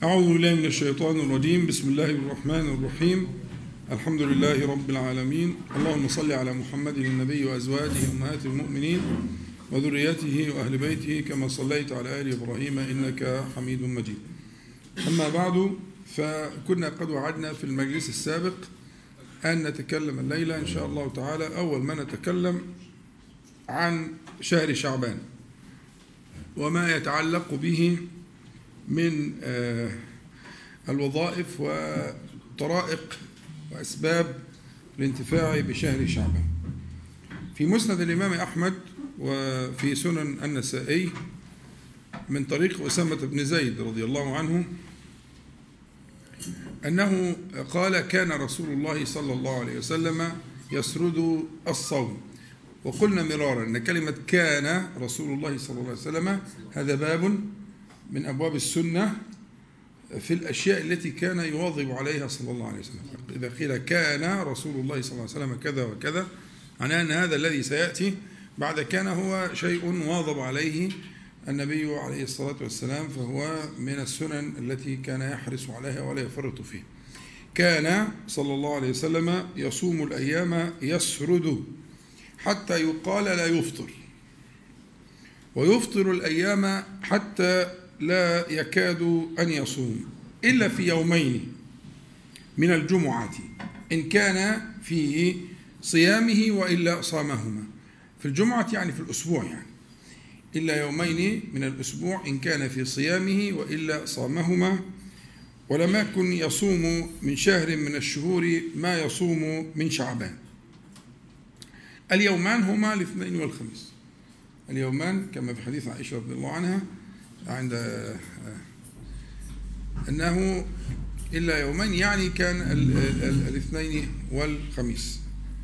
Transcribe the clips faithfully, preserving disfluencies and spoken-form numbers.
أعوذ بالله من الشيطان الرجيم. بسم الله الرحمن الرحيم. الحمد لله رب العالمين. اللهم صل على محمد النبي وأزواجه أمهات المؤمنين وذريته وأهل بيته كما صليت على آل إبراهيم إنك حميد مجيد. أما بعد، فكنا قد وعدنا في المجلس السابق أن نتكلم الليلة إن شاء الله تعالى أول ما نتكلم عن شهر شعبان وما يتعلق به من الوظائف وطرائق وأسباب الانتفاع بشهر شعبان. في مسند الإمام أحمد وفي سنن النسائي من طريق أسامة بن زيد رضي الله عنه أنه قال: كان رسول الله صلى الله عليه وسلم يسرد الصوم. وقلنا مرارا أن كلمة كان رسول الله صلى الله عليه وسلم هذا باب من أبواب السنة في الأشياء التي كان يواظب عليها صلى الله عليه وسلم. إذا قيل كان رسول الله صلى الله عليه وسلم كذا وكذا، معناه أن هذا الذي سيأتي بعد كان هو شيء واظب عليه النبي عليه الصلاة والسلام، فهو من السنن التي كان يحرص عليها ولا يفرط فيها. كان صلى الله عليه وسلم يصوم الأيام يسرد حتى يقال لا يفطر، ويفطر الأيام حتى لا يكاد أن يصوم إلا في يومين من الجمعة إن كان في صيامه وإلا صامهما. في الجمعة يعني في الأسبوع، يعني إلا يومين من الأسبوع إن كان في صيامه وإلا صامهما. ولم يكن يصوم من شهر من الشهور ما يصوم من شعبان. اليومان هما الاثنين والخميس. اليومان كما في حديث عائشة رضي الله عنها عند أنه إلا يومين، يعني كان الاثنين والخميس.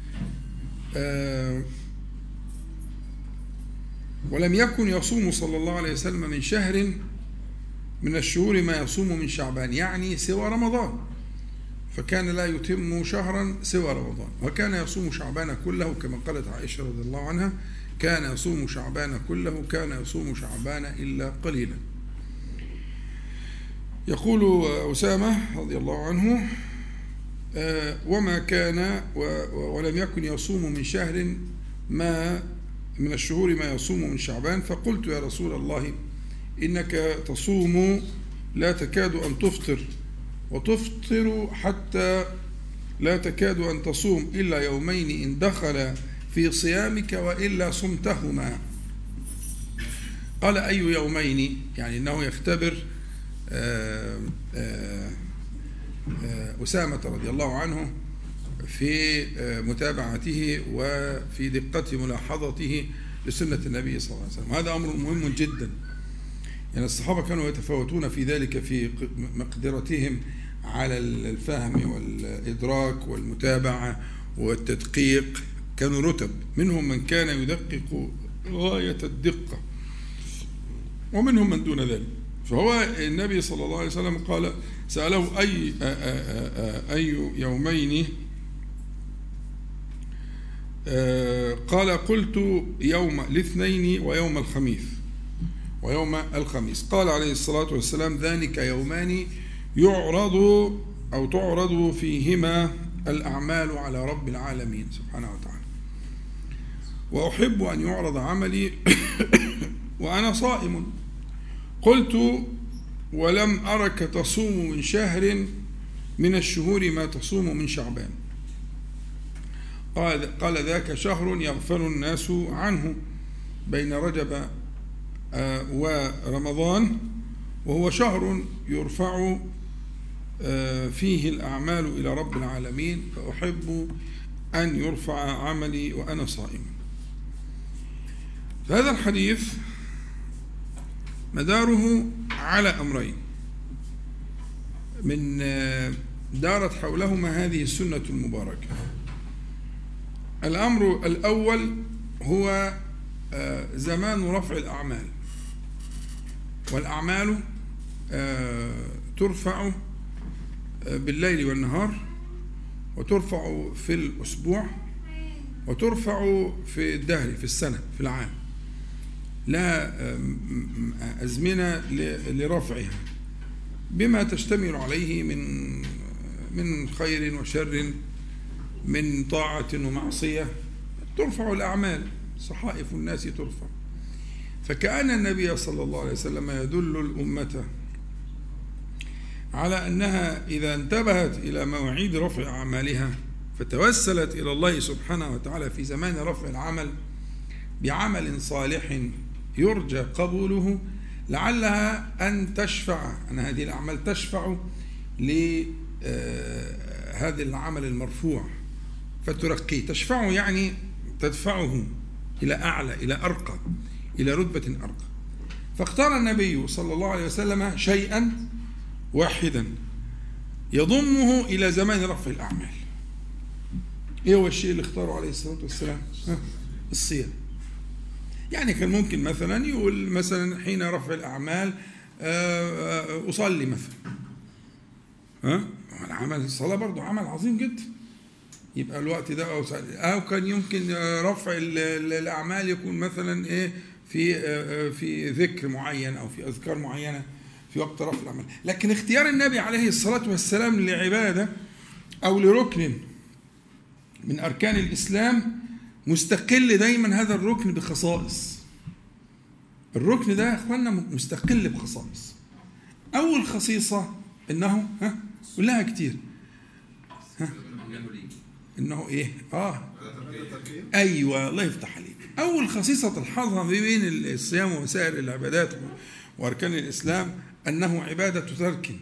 ولم يكن يصوم صلى الله عليه وسلم من شهر من الشهور ما يصوم من شعبان، يعني سوى رمضان، فكان لا يتم شهرا سوى رمضان. وكان يصوم شعبان كله كما قالت عائشة رضي الله عنها: كان يصوم شعبان كله، كان يصوم شعبان إلا قليلا. يقول أسامة رضي الله عنه: وما كان ولم يكن يصوم من شهر ما من الشهور ما يصوم من شعبان. فقلت: يا رسول الله، إنك تصوم لا تكاد أن تفطر، وتفطر حتى لا تكاد أن تصوم إلا يومين إن دخل في صيامك وإلا صمتهما. قال: أي يومين؟ يعني أنه يختبر أسامة رضي الله عنه في متابعته وفي دقة ملاحظته لسنة النبي صلى الله عليه وسلم. هذا أمر مهم جدا، يعني الصحابة كانوا يتفاوتون في ذلك في مقدرتهم على الفهم والإدراك والمتابعة والتدقيق. كانوا رتب، منهم من كان يدقق غاية الدقة ومنهم من دون ذلك. فهو النبي صلى الله عليه وسلم قال: سأله أي أي يومين؟ قال: قلت يوم الاثنين ويوم الخميس ويوم الخميس. قال عليه الصلاة والسلام: ذلك يومان يعرض أو تعرض فيهما الأعمال على رب العالمين سبحانه وتعالى، وأحب أن يعرض عملي وأنا صائم. قلت: ولم أرك تصوم من شهر من الشهور ما تصوم من شعبان. قال, قال ذاك شهر يغفل الناس عنه بين رجب ورمضان، وهو شهر يرفع فيه الأعمال إلى رب العالمين، فأحب أن يرفع عملي وأنا صائم. هذا الحديث مداره على أمرين من دارت حولهما هذه السنة المباركة. الأمر الأول هو زمان رفع الأعمال، والأعمال ترفع بالليل والنهار، وترفع في الأسبوع، وترفع في الدهر، في السنة، في العام. لا أزمنة لرفعها. بما تشتمل عليه من من خير وشر، من طاعة ومعصية، ترفع الأعمال، صحائف الناس ترفع. فكأن النبي صلى الله عليه وسلم يدل الأمة على أنها إذا انتبهت إلى مواعيد رفع أعمالها فتوسلت إلى الله سبحانه وتعالى في زمان رفع العمل بعمل صالح يرجى قبوله، لعلها أن تشفع، أن هذه الأعمال تشفع لهذا العمل المرفوع فترقيه. تشفعه يعني تدفعه إلى أعلى، إلى أرقى، إلى رتبة أرقى. فاختار النبي صلى الله عليه وسلم شيئا واحدا يضمه إلى زمان رفع الأعمال. إيه هو الشيء اللي اختاره عليه الصلاة والسلام؟ الصيام. يعني كان ممكن مثلا يقول مثلا حين رفع الأعمال أصلي مثلا، ها؟ العمل الصلاة برضو عمل عظيم جدا، يبقى الوقت ده أو, أو كان يمكن رفع الأعمال يكون مثلا إيه في في ذكر معين أو في أذكار معينة في وقت رفع الأعمال. لكن اختيار النبي عليه الصلاة والسلام لعبادة أو لركن من أركان الإسلام مستقل دايما هذا الركن بخصائص. الركن ده يا أخوانا مستقل بخصائص. أول خصيصة إنه ها كلها كتير ها إنه إيه آه أيوة الله يفتح عليك. أول خصيصة تلحظها بين الصيام وسائر العبادات وأركان الإسلام أنه عبادة ترك.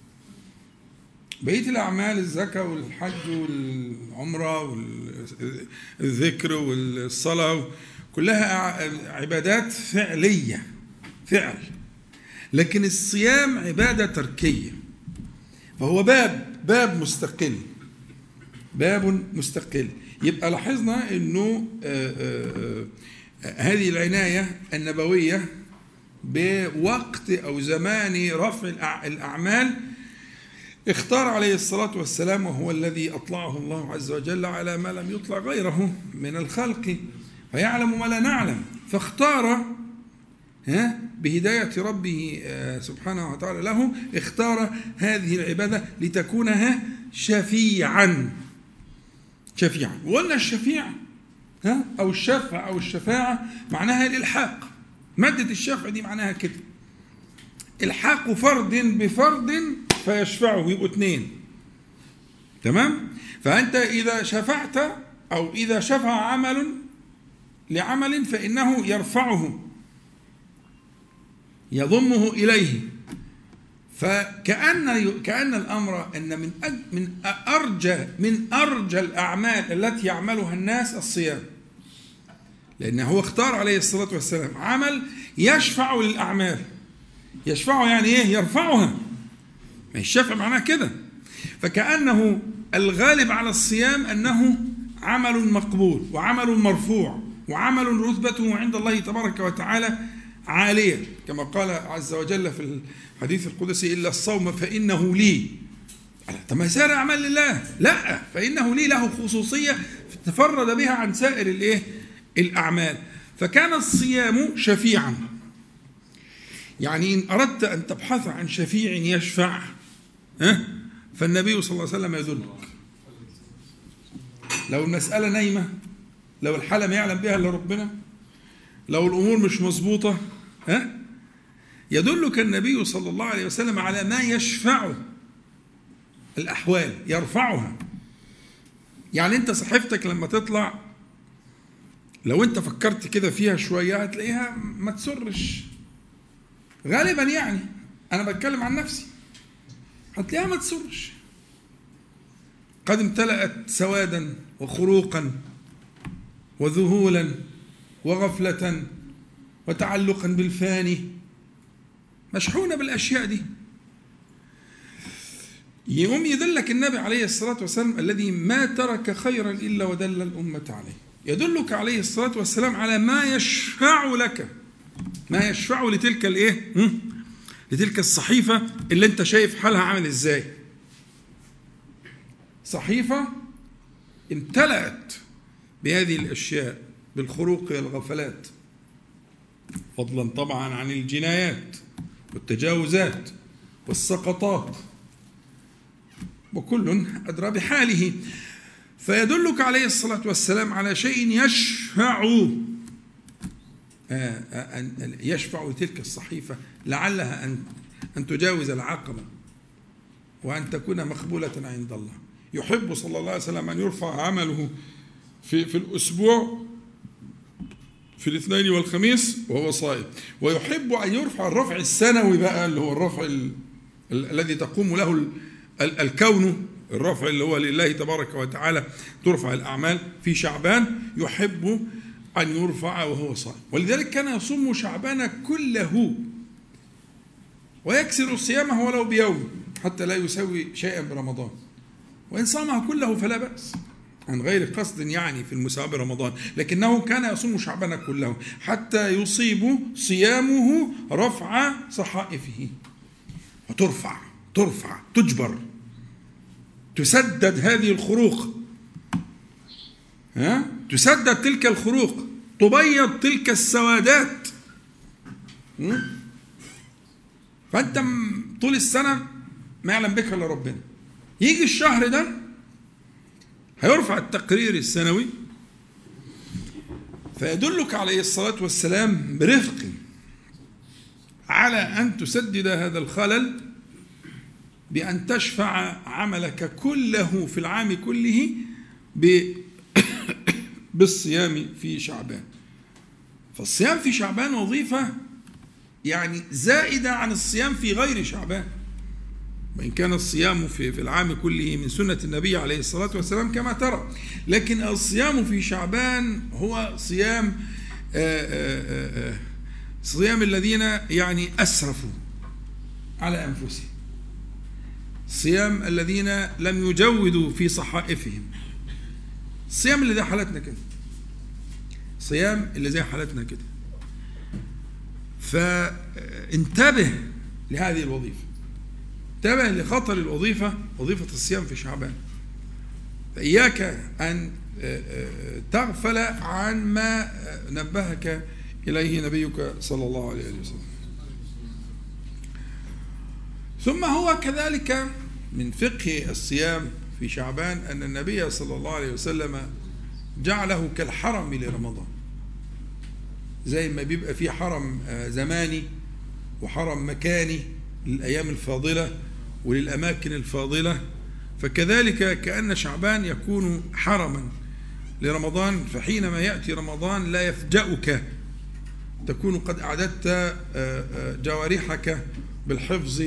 بقية الأعمال الزكاة والحج والعمرة والذكر والصلاة كلها عبادات فعلية، فعل. لكن الصيام عبادة تركية، فهو باب باب مستقل، باب مستقل. يبقى لاحظنا أنه آآ آآ هذه العناية النبوية بوقت أو زمان رفع الأعمال اختار عليه الصلاة والسلام، وهو الذي أطلعه الله عز وجل على ما لم يطلع غيره من الخلق، فيعلم ما لا نعلم. فاختار ها بهداية ربه سبحانه وتعالى له، اختار هذه العبادة لتكون ها شفيعا شفيعا. وقلنا الشفيع ها أو الشفع أو الشفاعة معناها الإلحاق. مادة الشفع دي معناها كده، الحاق فرد بفرد فيشفعه، يبقوا اثنين. تمام؟ فأنت إذا شفعت أو إذا شفع عمل لعمل فإنه يرفعه يضمه إليه. فكأن كأن الأمر أن من من أرجى من أرجى الأعمال التي يعملها الناس الصيام، لأنه هو اختار عليه الصلاة والسلام عمل يشفع للأعمال. يشفعه يعني إيه؟ يرفعها. ما الشفع معناه كده. فكأنه الغالب على الصيام أنه عمل مقبول وعمل مرفوع وعمل رتبته عند الله تبارك وتعالى عالية، كما قال عز وجل في الحديث القدسي: إلا الصوم فإنه لي. طب ما سائر أعمال لله؟ لا، فإنه لي له خصوصية تفرد بها عن سائر الإيه؟ الأعمال. فكان الصيام شفيعا. يعني إن أردت أن تبحث عن شفيع يشفع ها فالنبي صلى الله عليه وسلم يدلك. لو المسألة نايمة، لو الحالة ما يعلم بها إلا ربنا، لو الأمور مش مظبوطة ها يدلك النبي صلى الله عليه وسلم على ما يشفع الأحوال، يرفعها. يعني أنت صحيفتك لما تطلع لو أنت فكرت كده فيها شوية هتلاقيها ما تسرش غالبا. يعني أنا بتكلم عن نفسي، هتلاقيها ما تسرش، قد امتلأت سوادا وخروقا وذهولا وغفلة وتعلقا بالفاني، مشحونة بالأشياء دي. يقوم يدلك النبي عليه الصلاة والسلام الذي ما ترك خيرا إلا ودل الأمة عليه، يدلك عليه الصلاة والسلام على ما يشفع لك، ما يشفع لتلك الايه لتلك الصحيفة اللي انت شايف حالها عامل ازاي. صحيفة امتلأت بهذه الأشياء، بالخروق والغفلات، فضلا طبعا عن الجنايات والتجاوزات والسقطات، وكل أدرى بحاله. فيدلك عليه الصلاة والسلام على شيء يشفع يشفع تلك الصحيفة لعلها أن أن تجاوز العقبة وأن تكون مقبولة عند الله. يحب صلى الله عليه وسلم أن يرفع عمله في في الأسبوع في الاثنين والخميس وهو صائم، ويحب أن يرفع الرفع السنوي بقى اللي هو الرفع ال... ال... الذي تقوم له ال... ال... الكون، الرفع اللي هو لله تبارك وتعالى ترفع الأعمال في شعبان، يحب أن يرفع وهو صائم. ولذلك كان يصوم شعبان كله ويكسر صيامه ولو بيوم حتى لا يسوي شيئا برمضان، وإن صامه كله فلا بأس عن غير قصد يعني في المساواة برمضان، لكنه كان يصوم شعبان كله حتى يصيب صيامه رفع صحائفه، وترفع ترفع تجبر، تسدد هذه الخروق، ها تسدد تلك الخروق، تبيض تلك السوادات. فأنت طول السنة ما يعلم بك إلا ربنا، يجي الشهر ده هيرفع التقرير السنوي، فيدلك عليه الصلاة والسلام برفق على أن تسدد هذا الخلل بأن تشفع عملك كله في العام كله بالصيام في شعبان. فالصيام في شعبان وظيفة يعني زائدة عن الصيام في غير شعبان، وإن كان الصيام في في العام كله من سنة النبي عليه الصلاة والسلام كما ترى، لكن الصيام في شعبان هو صيام آآ آآ صيام الذين يعني أسرفوا على أنفسهم، صيام الذين لم يجودوا في صحائفهم، الصيام اللي زي حالتنا كده، صيام اللي زي حالتنا كده. فانتبه لهذه الوظيفة، انتبه لخطر الوظيفة، وظيفة الصيام في شعبان. فإياك أن تغفل عن ما نبهك إليه نبيك صلى الله عليه وسلم. ثم هو كذلك من فقه الصيام في شعبان أن النبي صلى الله عليه وسلم جعله كالحرم لرمضان، زي ما بيبقى في حرم زماني وحرم مكاني للأيام الفاضلة وللأماكن الفاضلة، فكذلك كأن شعبان يكون حرما لرمضان. فحينما يأتي رمضان لا يفجأك، تكون قد أعددت جوارحك بالحفظ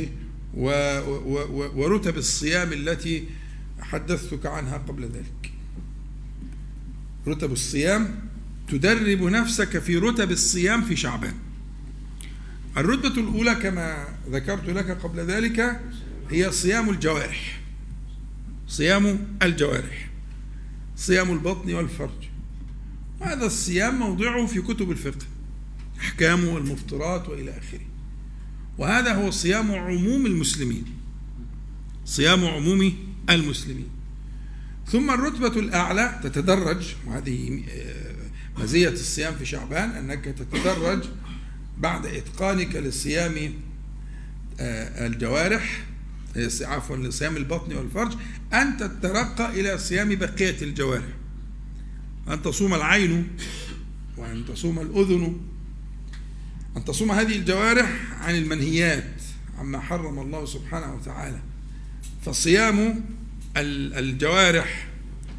ورتب الصيام التي حدثتك عنها قبل ذلك. رتب الصيام تدرب نفسك في رتب الصيام في شعبان. الرتبة الأولى كما ذكرت لك قبل ذلك هي صيام الجوارح، صيام الجوارح، صيام البطن والفرج. هذا الصيام موضعه في كتب الفقه، أحكامه والمفطرات وإلى آخره، وهذا هو صيام عموم المسلمين، صيام عموم المسلمين. ثم الرتبة الأعلى تتدرج، وهذه مزية الصيام في شعبان أنك تتدرج بعد إتقانك لصيام الجوارح، عفوا لصيام البطن والفرج، أن تترقى إلى صيام بقية الجوارح، أن تصوم العين وأن تصوم الأذن، أن تصوم هذه الجوارح عن المنهيات عما حرم الله سبحانه وتعالى. فصيام الجوارح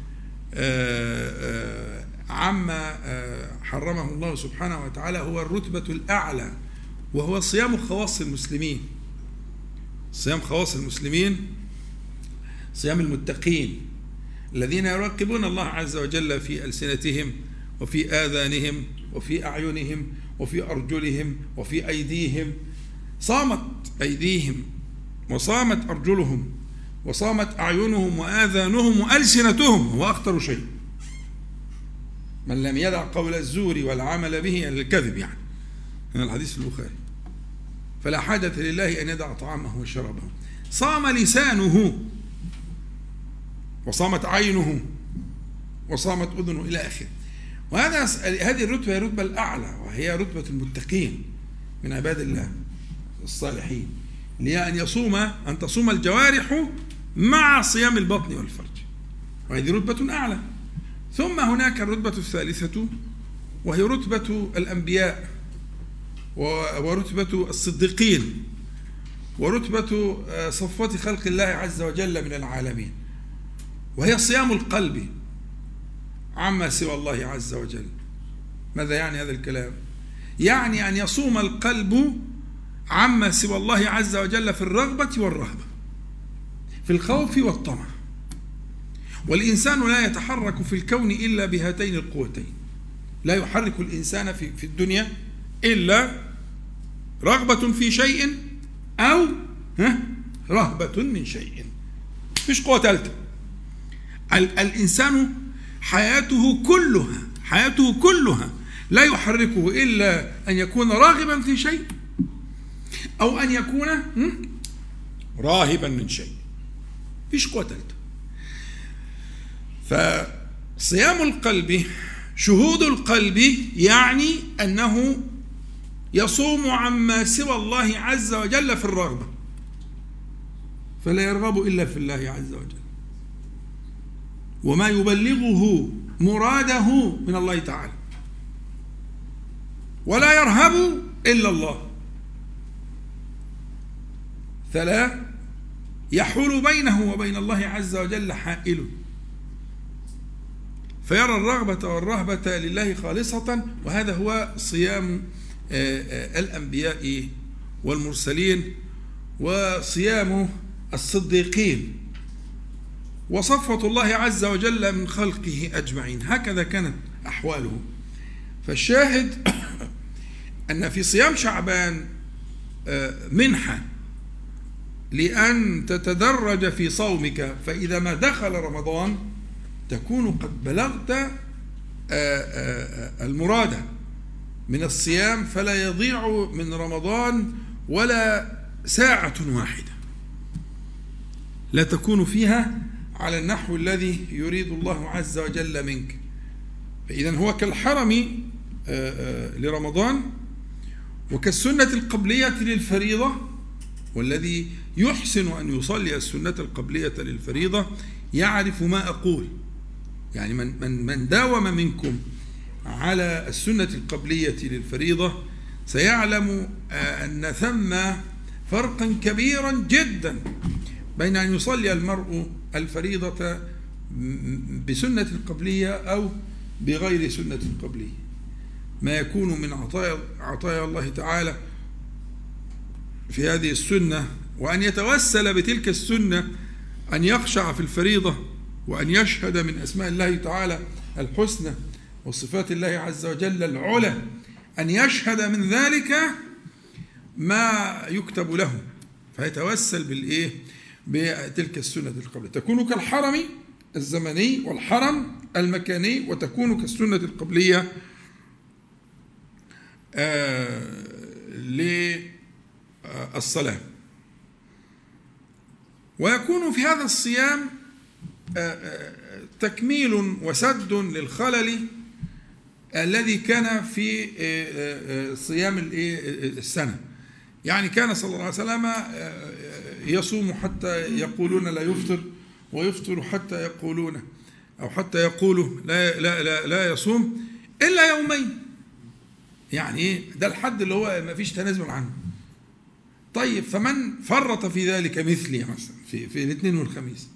عما حرمه الله سبحانه وتعالى هو الرتبة الأعلى، وهو صيام خواص المسلمين، صيام خواص المسلمين، صيام المتقين الذين يراقبون الله عز وجل في ألسنتهم وفي آذانهم وفي أعينهم وفي أرجلهم وفي أيديهم. صامت أيديهم وصامت أرجلهم وصامت أعينهم وآذانهم وألسنتهم، هو أخطر شيء. من لم يدع قول الزور والعمل به الكذب، يعني من الحديث في البخاري، فلا حاجة لله أن يدع طعامه وشرابه. صام لسانه وصامت عينه وصامت أذنه إلى آخره. وهذا هذه الرتبة هي الرتبة الأعلى، وهي رتبة المتقين من عباد الله الصالحين، اللي هي أن يصوم أن تصوم الجوارح مع صيام البطن والفرج، وهذه رتبة أعلى. ثم هناك الرتبة الثالثة وهي رتبة الأنبياء ورتبة الصديقين ورتبة صفوة خلق الله عز وجل من العالمين، وهي صيام القلب عما سوى الله عز وجل. ماذا يعني هذا الكلام؟ يعني أن يصوم القلب عما سوى الله عز وجل في الرغبة والرهبة، في الخوف والطمع. والإنسان لا يتحرك في الكون إلا بهاتين القوتين، لا يحرك الإنسان في في الدنيا إلا رغبة في شيء أو رهبة من شيء، مفيش قوة ثالثة. الإنسان حياته كلها حياته كلها لا يحركه إلا أن يكون راغبا في شيء أو أن يكون راهبا من شيء، مفيش قوة ثالثة. فصيام القلب، شهود القلب، يعني أنه يصوم عما سوى الله عز وجل في الرغبة، فلا يرغب إلا في الله عز وجل وما يبلغه مراده من الله تعالى، ولا يرهب إلا الله، فلا يحول بينه وبين الله عز وجل حائل، فيرى الرغبة والرهبة لله خالصة. وهذا هو صيام الأنبياء والمرسلين وصيام الصديقين وصفوة الله عز وجل من خلقه أجمعين، هكذا كانت أحواله. فالشاهد أن في صيام شعبان منحة لأن تتدرج في صومك، فإذا ما دخل رمضان تكون قد بلغت المراد من الصيام، فلا يضيع من رمضان ولا ساعة واحدة لا تكون فيها على النحو الذي يريد الله عز وجل منك. فإذن هو كالحرم لرمضان وكالسنة القبلية للفريضة، والذي يحسن أن يصلي السنة القبلية للفريضة يعرف ما أقول. يعني من, من, من داوم منكم على السنة القبلية للفريضة سيعلم أن ثم فرقا كبيرا جدا بين أن يصلي المرء الفريضة بسنة القبلية أو بغير سنة القبلية. ما يكون من عطايا عطايا الله تعالى في هذه السنة، وأن يتوسل بتلك السنة أن يخشع في الفريضة، وأن يشهد من أسماء الله تعالى الحسنى وصفات الله عز وجل العلى، أن يشهد من ذلك ما يكتب له، فيتوسل بالإيه؟ بتلك السنة القبلية. تكون كالحرم الزمني والحرم المكاني، وتكون كالسنة القبلية آه للصلاة. ويكون في هذا الصيام تكميل وسد للخلل الذي كان في صيام السنة. يعني كان صلى الله عليه وسلم يصوم حتى يقولون لا يفطر، ويفطر حتى يقولون أو حتى يقولوا لا, لا, لا, لا يصوم إلا يومين. يعني ده الحد اللي هو ما فيش تنازل عنه. طيب فمن فرط في ذلك مثلي مثلا في, في الاثنين والخميس،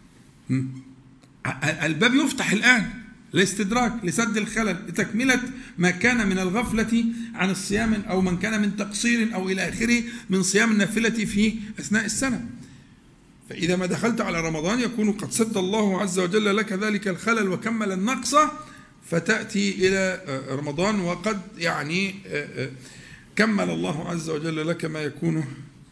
الباب يفتح الآن لاستدراك لسد الخلل لتكملة ما كان من الغفلة عن الصيام أو من كان من تقصير أو إلى آخره من صيام النافلة في أثناء السنة. فإذا ما دخلت على رمضان يكون قد سد الله عز وجل لك ذلك الخلل وكمل النقص، فتأتي إلى رمضان وقد يعني كمل الله عز وجل لك ما يكون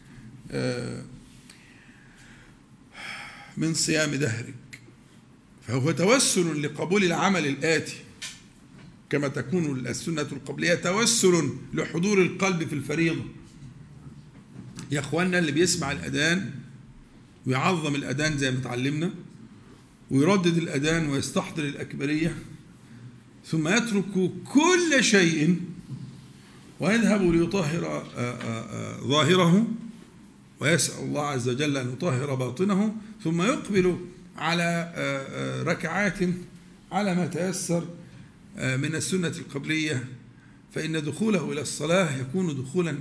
من صيام دهرك. فهو توسل لقبول العمل الآتي، كما تكون السنة القبلية توسل لحضور القلب في الفريضة. يا أخواننا اللي بيسمع الأذان ويعظم الأذان زي ما تعلمنا ويردد الأذان ويستحضر الأكبرية، ثم يترك كل شيء ويذهب ليطهر ظاهره ويسأل الله عز وجل أن يطهر باطنه، ثم يقبل على ركعات على ما تيسر من السنة القبلية، فإن دخوله إلى الصلاة يكون دخولا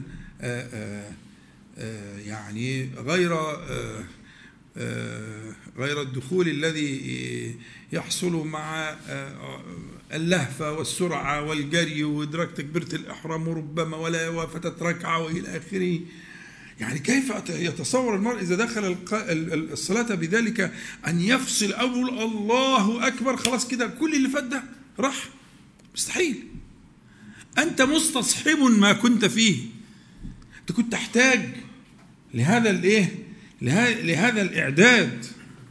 يعني غير غير الدخول الذي يحصل مع اللهفة والسرعة والجري وإدراك تكبيرة الإحرام وربما ولا وفتت ركعة وإلى آخره. يعني كيف يتصور المرء إذا دخل الصلاة بذلك أن يفصل أول الله أكبر خلاص كده كل اللي فات ده راح؟ مستحيل. أنت مستصحب ما كنت فيه، أنت كنت تحتاج لهذا الإيه؟ لهذا الإعداد،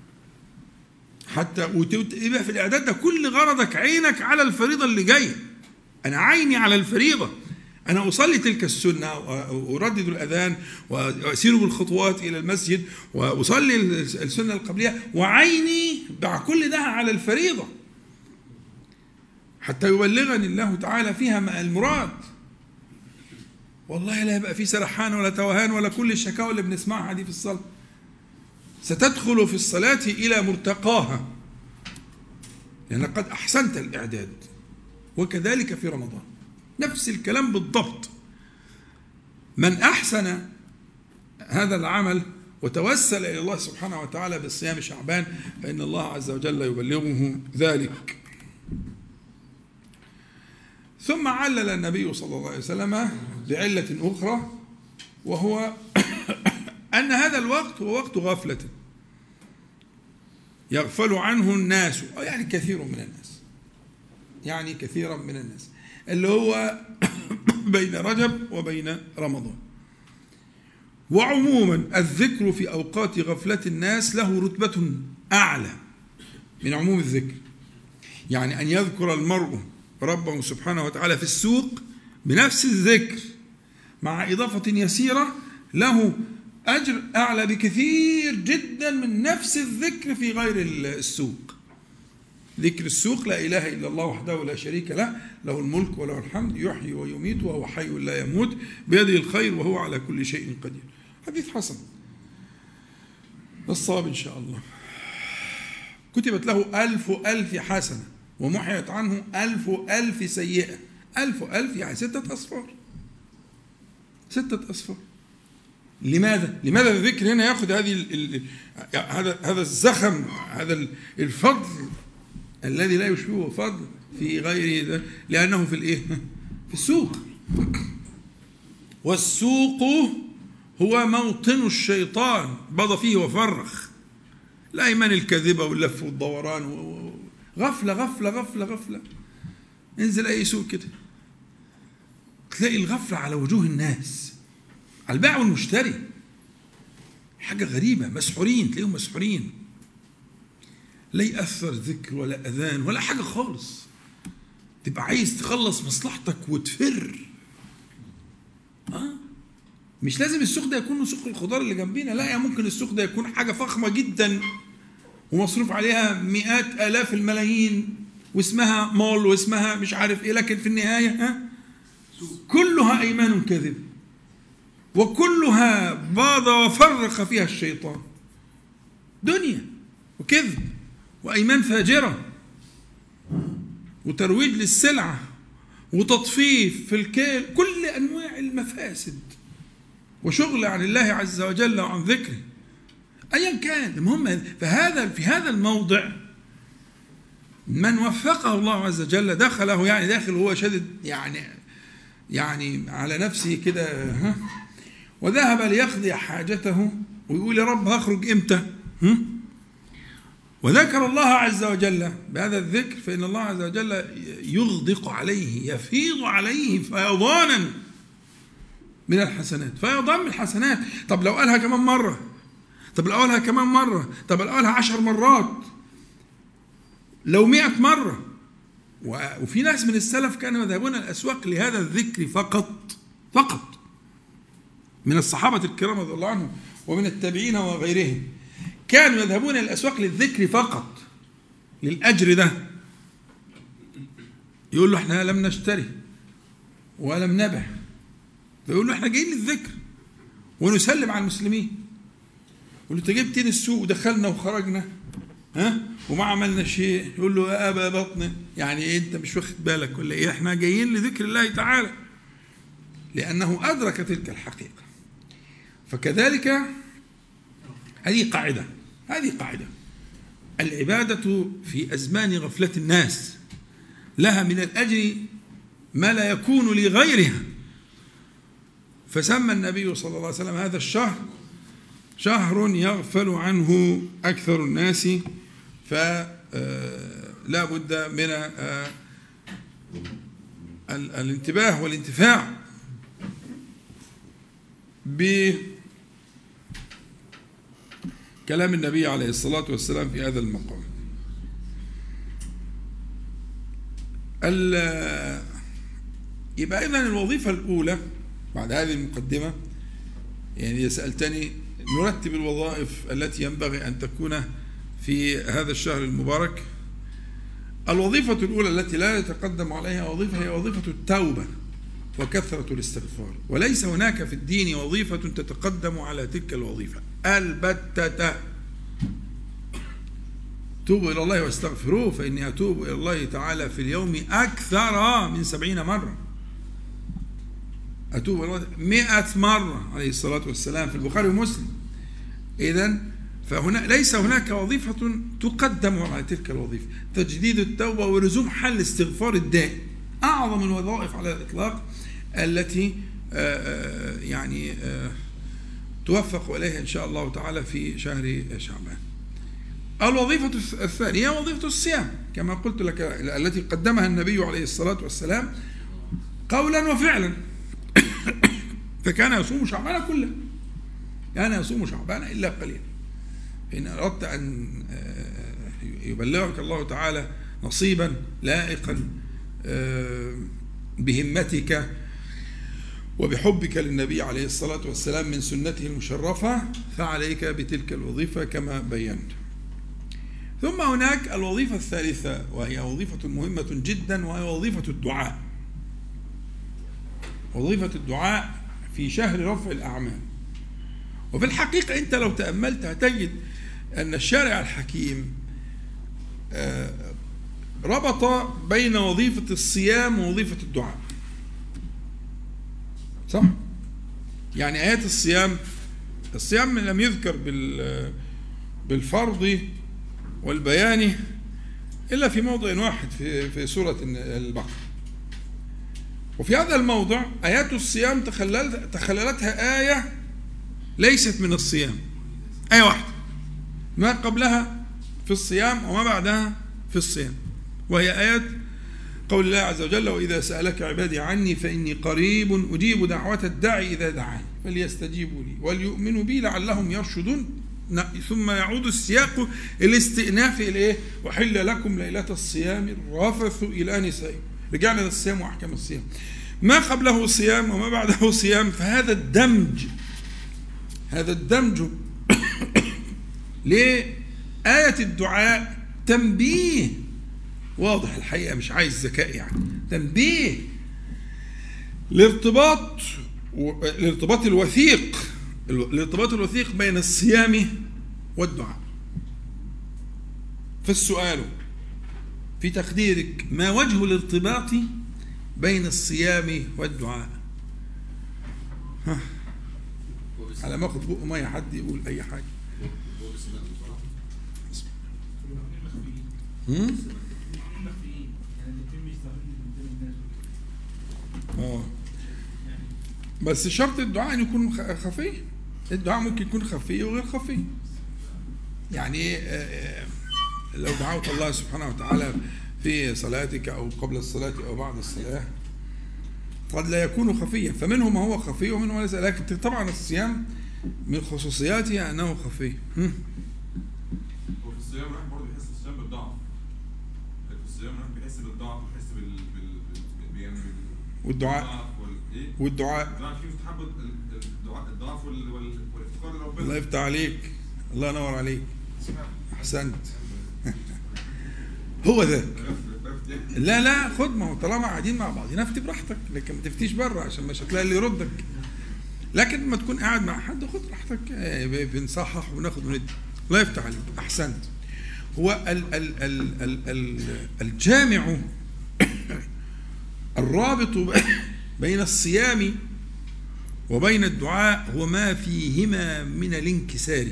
حتى وتبقى في الإعداد ده كل غرضك عينك على الفريضة اللي جاية. أنا عيني على الفريضة، أنا أصلي تلك السنة وأردد الأذان وأسير بالخطوات إلى المسجد وأصلي السنة القبلية، وعيني مع كل ده على الفريضة حتى يبلغني الله تعالى فيها ما المراد. والله لا يبقى في سرحان ولا توهان ولا كل الشكاوى اللي بنسمعها دي في الصلاة. ستدخل في الصلاة إلى مرتقاها لأنك قد أحسنت الإعداد. وكذلك في رمضان نفس الكلام بالضبط. من أحسن هذا العمل وتوسل إلى الله سبحانه وتعالى بالصيام شعبان فإن الله عز وجل يبلغه ذلك. ثم علل النبي صلى الله عليه وسلم بعلة أخرى، وهو أن هذا الوقت هو وقت غفلة يغفل عنه الناس، يعني كثير من الناس، يعني كثيرا من الناس، اللي هو بين رجب وبين رمضان. وعموما الذكر في أوقات غفلة الناس له رتبة أعلى من عموم الذكر. يعني أن يذكر المرء ربه سبحانه وتعالى في السوق بنفس الذكر مع إضافة يسيرة له أجر أعلى بكثير جدا من نفس الذكر في غير السوق. ذكر السوق لا إله إلا الله وحده لا شريك له، له الملك وله الحمد يحيي ويميت وهو حي لا يموت بيده الخير وهو على كل شيء قدير. حديث حسن الصواب إن شاء الله. كتبت له ألف ألف حسنة ومحيت عنه ألف ألف سيئة. ألف ألف يعني ستة أصفار، ستة أصفار. لماذا؟ لماذا الذكر هنا يأخذ هذه ال ال هذا هذا الزخم، هذا الفضل الذي لا يشبهه فضل في غيره؟ لأنه في الإيه؟ في السوق. والسوق هو موطن الشيطان، بض فيه وفرخ، الأيمان الكاذبة واللف والدوران، غفلة غفلة غفلة غفلة. انزل أي سوق كده تلاقي الغفلة على وجوه الناس، على البائع والمشتري، حاجة غريبة، مسحورين، تلاقيهم مسحورين، لا يأثر ذكر ولا أذان ولا حاجة خالص. تبقى عايز تخلص مصلحتك وتفر. أه؟ مش لازم السوق ده يكون سوق الخضار اللي جنبينا، لا، يعني ممكن السوق ده يكون حاجة فخمة جدا ومصروف عليها مئات آلاف الملايين واسمها مول واسمها مش عارف ايه، لكن في النهاية ها كلها أيمان كذب وكلها باض وفرق فيها الشيطان. دنيا وكذب وأيمان فاجرة وترويج للسلعة وتطفيف في الكيل، كل أنواع المفاسد وشغل عن الله عز وجل وعن ذكره أيا كان. المهم فهذا في هذا الموضع من وفقه الله عز وجل دخله، يعني داخل هو شدد يعني يعني على نفسه كده، ها، وذهب ليقضي حاجته ويقول يا رب هخرج امتى، وذكر الله عز وجل بهذا الذكر، فإن الله عز وجل يغدق عليه، يفيض عليه فيضانا من الحسنات، فيضان من الحسنات. طب لو قالها كمان مرة، طب لو قالها كمان مرة، طب لو قالها عشر مرات، لو مئة مرة. وفي ناس من السلف كانوا يذهبون الأسواق لهذا الذكر فقط فقط، من الصحابة الكرام رضي الله عنهم ومن التابعين وغيرهم، كانوا يذهبون الأسواق للذكر فقط، للأجر ده. يقول له احنا لم نشتري ولم نبع، فيقول له احنا جايين للذكر ونسلم على المسلمين. يقول له أنت جبتني السوق ودخلنا وخرجنا ها وما عملنا شيء. يقول له يا أبا بطن، يعني إيه أنت مش واخد بالك ولا إيه؟ إحنا جايين لذكر الله تعالى، لأنه أدرك تلك الحقيقة. فكذلك هذه قاعدة، هذه قاعدة العبادة في أزمان غفلة الناس لها من الأجر ما لا يكون لغيرها. فسمى النبي صلى الله عليه وسلم هذا الشهر شهر يغفل عنه أكثر الناس، فلا بد من الانتباه والانتفاع بكلام النبي عليه الصلاة والسلام في هذا المقام. يبقى إذن الوظيفة الأولى بعد هذه المقدمة، يعني سألتني نرتب الوظائف التي ينبغي أن تكون في هذا الشهر المبارك. الوظيفة الأولى التي لا يتقدم عليها وظيفة هي وظيفة التوبة وكثرة الاستغفار، وليس هناك في الدين وظيفة تتقدم على تلك الوظيفة البتة. توبوا إلى الله واستغفروه فإني أتوب إلى الله تعالى في اليوم أكثر من سبعين مرة. أتوب إلى الله مئة مرة عليه الصلاة والسلام في البخاري ومسلم. إذن فهنا ليس هناك وظيفة تقدم على تلك الوظيفة. تجديد التوبة ولزوم حل استغفار الدائم أعظم الوظائف على الإطلاق التي يعني توفق إليها إن شاء الله تعالى في شهر شعبان. الوظيفة الثانية وظيفة الصيام كما قلت لك، التي قدمها النبي عليه الصلاة والسلام قولا وفعلا. فكان يصوم شعبان كله، كان يصوم شعبان إلا قليلا. إن أردت أن يبلغك الله تعالى نصيبا لائقا بهمتك وبحبك للنبي عليه الصلاة والسلام من سنته المشرفة، فعليك بتلك الوظيفة كما بينت. ثم هناك الوظيفة الثالثة وهي وظيفة مهمة جدا، وهي وظيفة الدعاء. وظيفة الدعاء في شهر رفع الأعمال. وفي الحقيقة أنت لو تأملت هتجد أن الشارع الحكيم ربط بين وظيفة الصيام ووظيفة الدعاء. صح؟ يعني آيات الصيام، الصيام لم يذكر بالفرض والبيان إلا في موضع واحد في في سورة البقرة. وفي هذا الموضع آيات الصيام تخللتها آية ليست من الصيام، آية واحدة ما قبلها في الصيام وما بعدها في الصيام، وهي آيات قول الله عز وجل: وإذا سألك عبادي عني فإني قريب أجيب دعوة الداعي إذا دعاني فليستجيبوا لي وليؤمنوا بي لعلهم يرشدون. ثم يعود السياق الاستئناف إليه: وحل لكم ليلة الصيام الرفث إلى نسائكم. رجعنا للصيام وأحكام الصيام، ما قبله صيام وما بعده صيام. فهذا الدمج، هذا الدمج لآية الدعاء تنبيه واضح الحقيقة، مش عايز ذكاء يعني، تنبيه الارتباط الارتباط الوثيق الارتباط الوثيق بين الصيام والدعاء. فالسؤال في تقديرك: ما وجه الارتباط بين الصيام والدعاء؟ ها، على ما اخذ بقه ميه حد يقول اي حاجه. امم اه بس شرط الدعاء ان يكون خفي. الدعاء ممكن يكون خفي وغير خفي. يعني لو دعوت الله سبحانه وتعالى في صلاتك أو قبل الصلاة أو بعد الصلاة قد لا يكون خفيا، فمنه ما هو خفي ومنه ما ليس. لكن طبعا الصيام من خصوصياته أنه خفي. وفي الصيام الواحد برضه بيحس الصيام بالضعف. في الصيام الواحد بيحس بالضعف وبيحس بال بال يعني والدعاء والدعاء الدعاء فيه مستحب الضعف والافتقار لربنا. الله يفتح عليك، الله ينور عليك، أحسنت. هو ده. لا لا خد، ما هو طالما قاعدين مع بعض نفتي براحتك، لكن ما تفتيش بره عشان مش هتلاقي اللي يردك. لكن لما تكون قاعد مع حد خد راحتك، بنصحح وناخد وندي. الله يفتح عليك، احسنت. هو ال ال ال ال ال الجامع الرابط بين الصيام وبين الدعاء هو ما فيهما من الانكسار،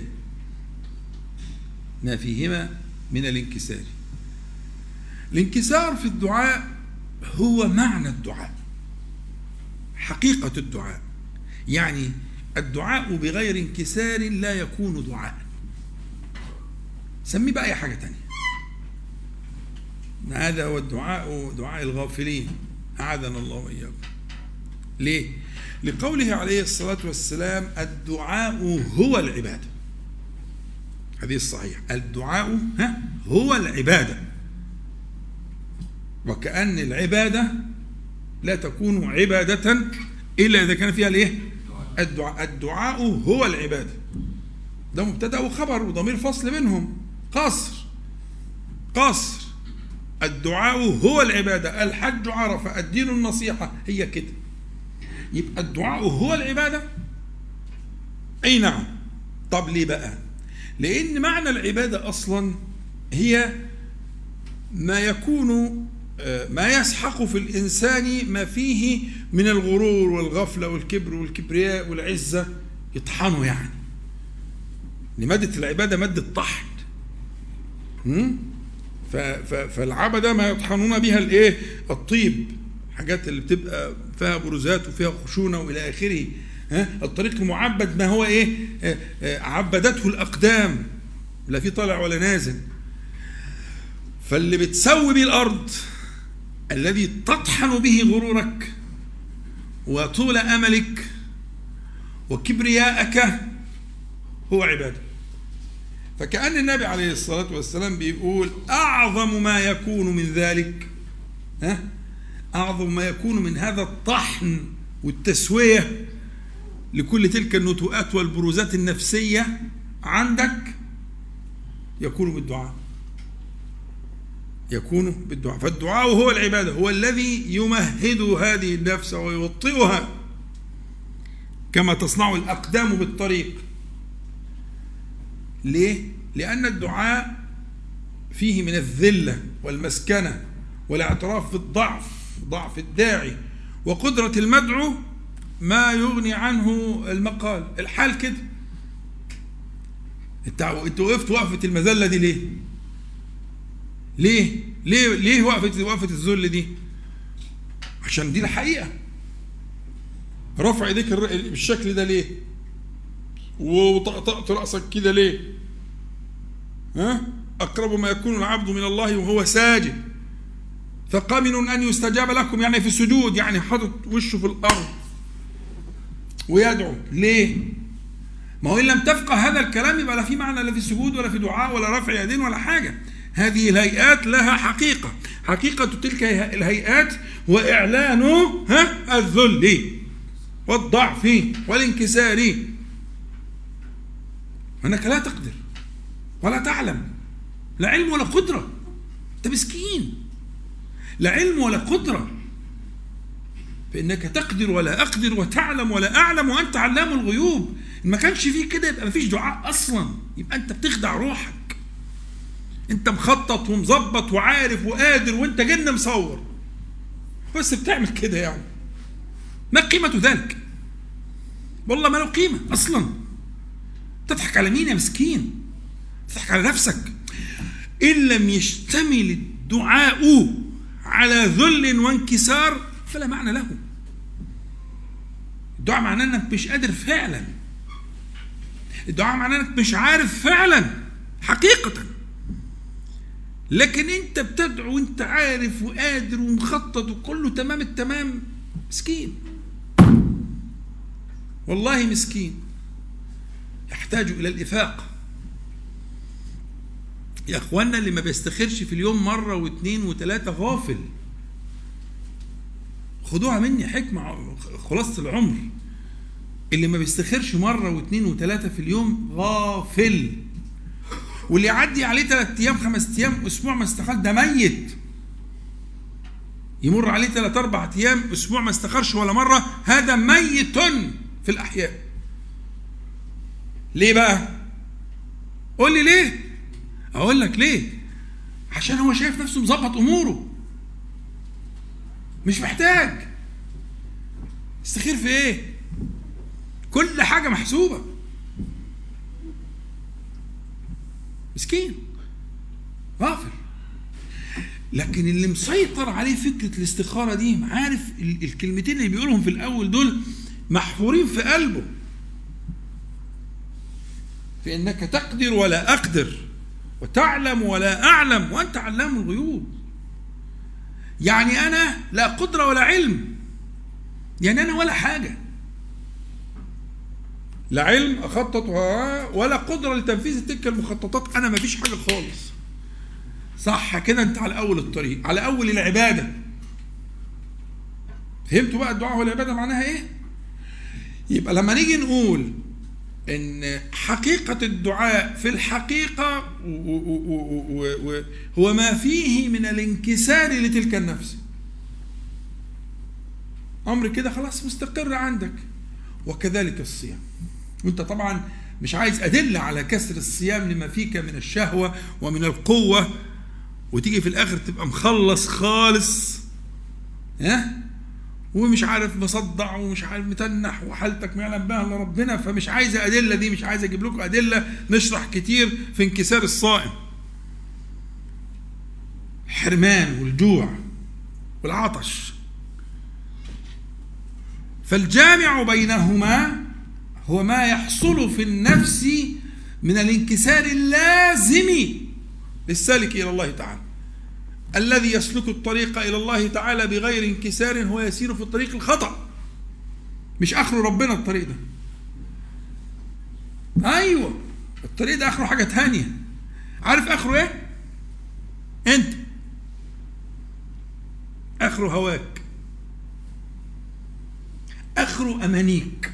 ما فيهما من الانكسار. الانكسار في الدعاء هو معنى الدعاء، حقيقة الدعاء. يعني الدعاء بغير انكسار لا يكون دعاء، سميه بأي حاجة تانية. هذا هو الدعاء، دعاء الغافلين، أعاذنا الله وإياكم. ليه؟ لقوله عليه الصلاة والسلام الدعاء هو العبادة. حديث صحيح، الدعاء ها هو العبادة. وكأن العبادة لا تكون عبادة إلا إذا كان فيها الايه؟ الدعاء. الدعاء هو العبادة، ده مبتدأ وخبر وضمير فصل بينهم، قصر قصر. الدعاء هو العبادة، الحج عرفة، الدين النصيحة، هي كده. يبقى الدعاء هو العبادة. أي نعم. طب ليه بقى؟ لأن معنى العبادة أصلا هي ما يكون ما يسحق في الإنسان ما فيه من الغرور والغفلة والكبر والكبرياء والعزة، يطحنه يعني. لمادة العبادة مادة طحن. فالعبدة ما يطحنون بها الايه؟ الطيب، حاجات اللي بتبقى فيها بروزات وفيها خشونة وإلى آخره. ها الطريق المعبد ما هو ايه؟ عبدته الأقدام، لا في طالع ولا نازل. فاللي بتسوي به الأرض، الذي تطحن به غرورك وطول أملك وكبرياءك، هو عبادة. فكأن النبي عليه الصلاة والسلام بيقول أعظم ما يكون من ذلك، ها أعظم ما يكون من هذا الطحن والتسوية لكل تلك النتوءات والبروزات النفسية عندك، يكون بالدعاء، يكون بالدعاء. فالدعاء هو العبادة، هو الذي يمهد هذه النفس ويوطئها كما تصنع الأقدام بالطريق. ليه؟ لأن الدعاء فيه من الذلة والمسكنة والاعتراف بالضعف، ضعف الداعي، وقدرة المدعو ما يغني عنه المقال. الحال كده. انت وقفت وقفة المذلة دي ليه؟ ليه؟ ليه ليه وقفة وقفة الذل دي؟ عشان دي الحقيقة. رفع ايديك بالشكل ده ليه؟ وطقطقت رأسك كده ليه؟ ها؟ أقرب ما يكون العبد من الله وهو ساجد، فقامن أن يستجاب لكم، يعني في السجود، يعني حاطط وشه في الأرض ويدعو. ليه؟ ما هو إن لم تفقه هذا الكلام يبقى لا في معنى، لا في سجود ولا في دعاء ولا رفع يدين ولا حاجة. هذه الهيئات لها حقيقة، حقيقة تلك الهيئات وإعلان ها الذل والضعف والانكسار. أنك لا تقدر ولا تعلم، لا علم ولا قدرة، أنت مسكين، لا علم ولا قدرة، فإنك تقدر ولا أقدر وتعلم ولا أعلم وأنت علام الغيوب. إن ما كانش فيه كده يبقى ما فيش دعاء أصلا، يبقى أنت بتخدع روحك. أنت مخطط ومظبط وعارف وقادر وأنت جن مصور، بس بتعمل كده يعني. ما قيمة ذلك؟ والله ما له قيمة أصلا. تضحك على مين يا مسكين؟ تضحك على نفسك. إن لم يشتمل الدعاء على ذل وانكسار فلا معنى له. الدعاء معناه أنك مش قادر فعلا، الدعاء معناه أنك مش عارف فعلا حقيقة. لكن أنت بتدعو وأنت عارف وقادر ومخطط وكله تمام التمام، مسكين، والله مسكين، يحتاج إلى الإفاقة. يا أخوانا اللي ما بيستخيرش في اليوم مرة واثنين وثلاثة غافل. خدوها مني حكمة خلاصة العمر. اللي ما بيستخيرش مرة واثنين وثلاثة في اليوم غافل. واللي يعدي عليه ثلاث أيام خمس أيام أسبوع ما استخار ده ميت. يمر عليه ثلاث أربع أيام أسبوع ما استخارش ولا مرة، هذا ميت في الأحياء. ليه بقى؟ قول لي ليه؟ أقول لك ليه. عشان هو شايف نفسه مظبط أموره، مش محتاج استخير في إيه؟ كل حاجة محسوبة. مسكين غافل. لكن اللي مسيطر عليه فكرة الاستخارة دي، عارف الكلمتين اللي بيقولهم في الأول دول محفورين في قلبه، في إنك تقدر ولا أقدر، وتعلم ولا أعلم، وأنت علام الغيوب. يعني أنا لا قدرة ولا علم، يعني أنا ولا حاجة، لا علم أخطط ولا قدرة لتنفيذ تلك المخططات، أنا ما فيش حاجة خالص. صح كده؟ أنت على أول الطريق، على أول العبادة. فهمتوا بقى الدعاء والعبادة معناها إيه؟ يبقى لما نيجي نقول إن حقيقة الدعاء في الحقيقة هو ما فيه من الانكسار لتلك النفس، أمر كده خلاص مستقر عندك. وكذلك الصيام، وانت طبعا مش عايز أدلة على كسر الصيام لما فيك من الشهوة ومن القوة، وتيجي في الآخر تبقى مخلص خالص، ها، ومش عارف مصدع ومش عارف متنح وحالتك ما يعلم بها الا ربنا. فمش عايز أدلة دي، مش عايز أجيب لكم أدلة نشرح كتير في انكسار الصائم، الحرمان والجوع والعطش. فالجامع بينهما هو ما يحصل في النفس من الانكسار اللازم للسالك إلى الله تعالى. الذي يسلك الطريق إلى الله تعالى بغير انكسار هو يسير في الطريق الخطأ، مش آخره ربنا الطريق ده. أيوة، الطريق ده آخره حاجة تانية. عارف آخره إيه؟ أنت آخره هواك، آخره أمانيك،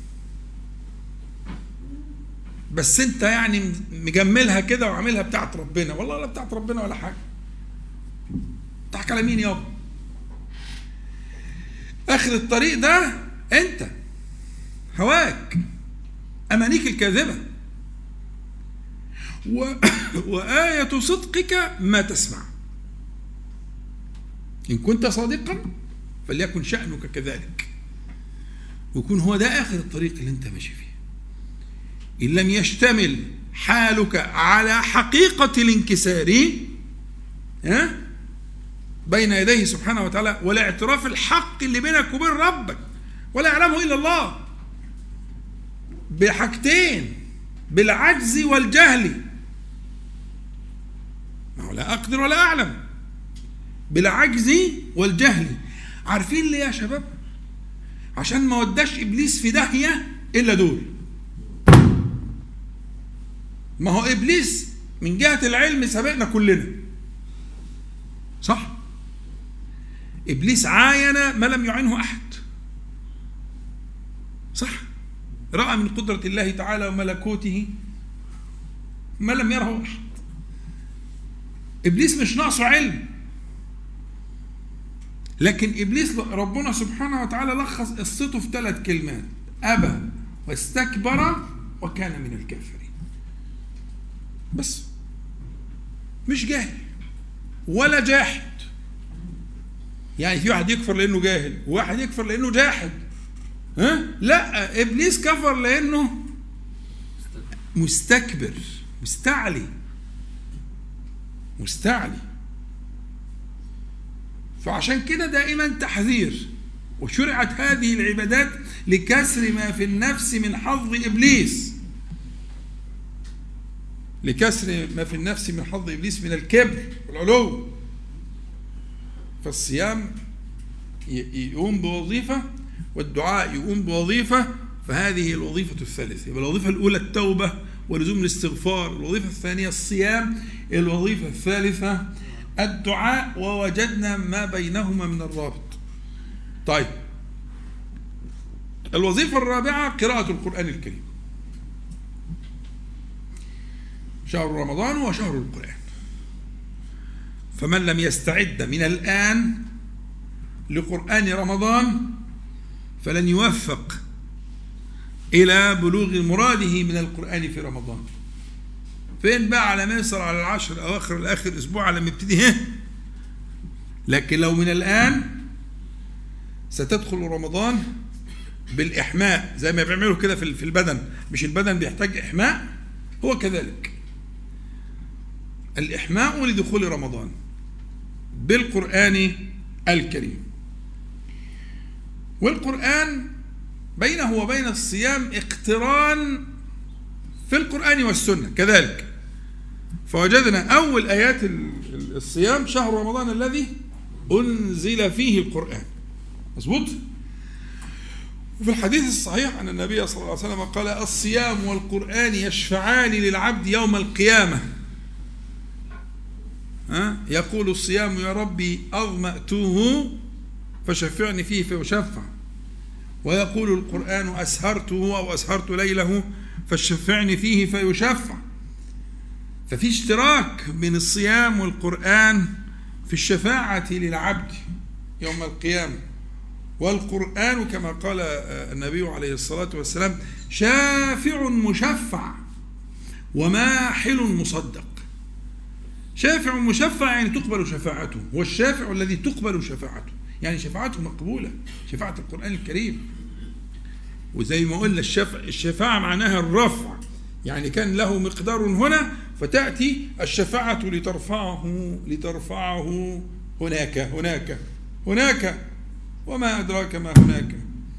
بس أنت يعني مجملها كده وعاملها بتاعت ربنا. والله لا بتاعت ربنا ولا حاجة. تحكي على مين يابا؟ آخر الطريق ده أنت، هواك، أمانيك الكاذبة. و... وآية صدقك ما تسمع. إن كنت صادقا فليكن شأنك كذلك، ويكون هو ده آخر الطريق اللي أنت ماشي فيه. إن لم يشتمل حالك على حقيقة الانكسار ها بين يديه سبحانه وتعالى، ولا اعتراف الحق اللي بينك وبين ربك ولا يعلمه إلا الله، بحاجتين، بالعجز والجهل. ما هو لا أقدر ولا أعلم، بالعجز والجهل. عارفين ليه يا شباب؟ عشان ما وداش إبليس في داهية إلا دول. ما هو إبليس من جهة العلم سبقنا كلنا، صح؟ إبليس عاين ما لم يعينه أحد، صح؟ رأى من قدرة الله تعالى وملكوته ما لم يره أحد. إبليس مش ناقصه علم، لكن إبليس ربنا سبحانه وتعالى لخص قصته في ثلاث كلمات: أبى واستكبر وكان من الكافرين. بس مش جاهل ولا جاحد. يعني في واحد يكفر لأنه جاهل وواحد يكفر لأنه جاحد، ها؟ لا، إبليس كفر لأنه مستكبر، مستعلي مستعلي. فعشان كده دائما تحذير. وشرعت هذه العبادات لكسر ما في النفس من حظ إبليس، لكسر ما في النفس من حظ إبليس من الكبر والعلو. فالصيام يقوم بوظيفة والدعاء يقوم بوظيفة، فهذه الوظيفة الثالثة. يبقى الوظيفة الأولى التوبة ولزوم الاستغفار، الوظيفة الثانية الصيام، الوظيفة الثالثة الدعاء، ووجدنا ما بينهما من الرابط. طيب، الوظيفة الرابعة قراءة القرآن الكريم. شهر رمضان هو شهر القرآن، فمن لم يستعد من الآن لقرآن رمضان فلن يوفق إلى بلوغ مراده من القرآن في رمضان. فين بقى على ما يصل على العشر الأواخر الآخر أسبوع على ما يبتدي ها. لكن لو من الآن ستدخل رمضان بالإحماء زي ما بيعملوا كده في البدن، مش البدن بيحتاج إحماء، هو كذلك الإحماء لدخول رمضان بالقرآن الكريم. والقرآن بينه وبين الصيام اقتران في القرآن والسنة كذلك. فوجدنا أول آيات الصيام شهر رمضان الذي أنزل فيه القرآن، مظبوط. وفي الحديث الصحيح أن النبي صلى الله عليه وسلم قال: الصيام والقرآن يشفعان للعبد يوم القيامة. ها؟ يقول الصيام: يا ربي أظمأته فشفعني فيه فيشفع. ويقول القرآن: أسهرته أو أسهرت ليله فشفعني فيه فيشفع. ففي اشتراك بين الصيام والقرآن في الشفاعة للعبد يوم القيامة. والقرآن كما قال النبي عليه الصلاة والسلام: شافع مشفع وماحل مصدق. شافع مشفع يعني تقبل شفاعته، والشافع الذي تقبل شفاعته، يعني شفاعته مقبولة، شفاعة القرآن الكريم. وزي ما قلنا الشفاعة, الشفاعة معناها الرفع، يعني كان له مقدار هنا فتأتي الشفاعة لترفعه لترفعه هناك هناك هناك وما أدراك ما هناك.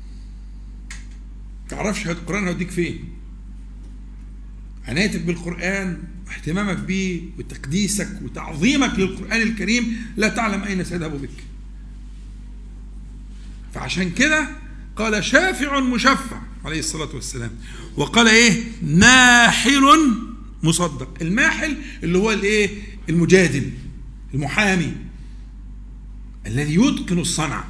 تعرفش هذا القرآن هوديك فين. عنايتك بالقرآن واهتمامك به وتقديسك وتعظيمك للقرآن الكريم لا تعلم أين سيذهب بك. فعشان كده قال: شافع مشفع عليه الصلاة والسلام. وقال إيه؟ ماحل مصدق. الماحل اللي هو الإيه؟ المجادل، المحامي الذي يتقن الصنعة.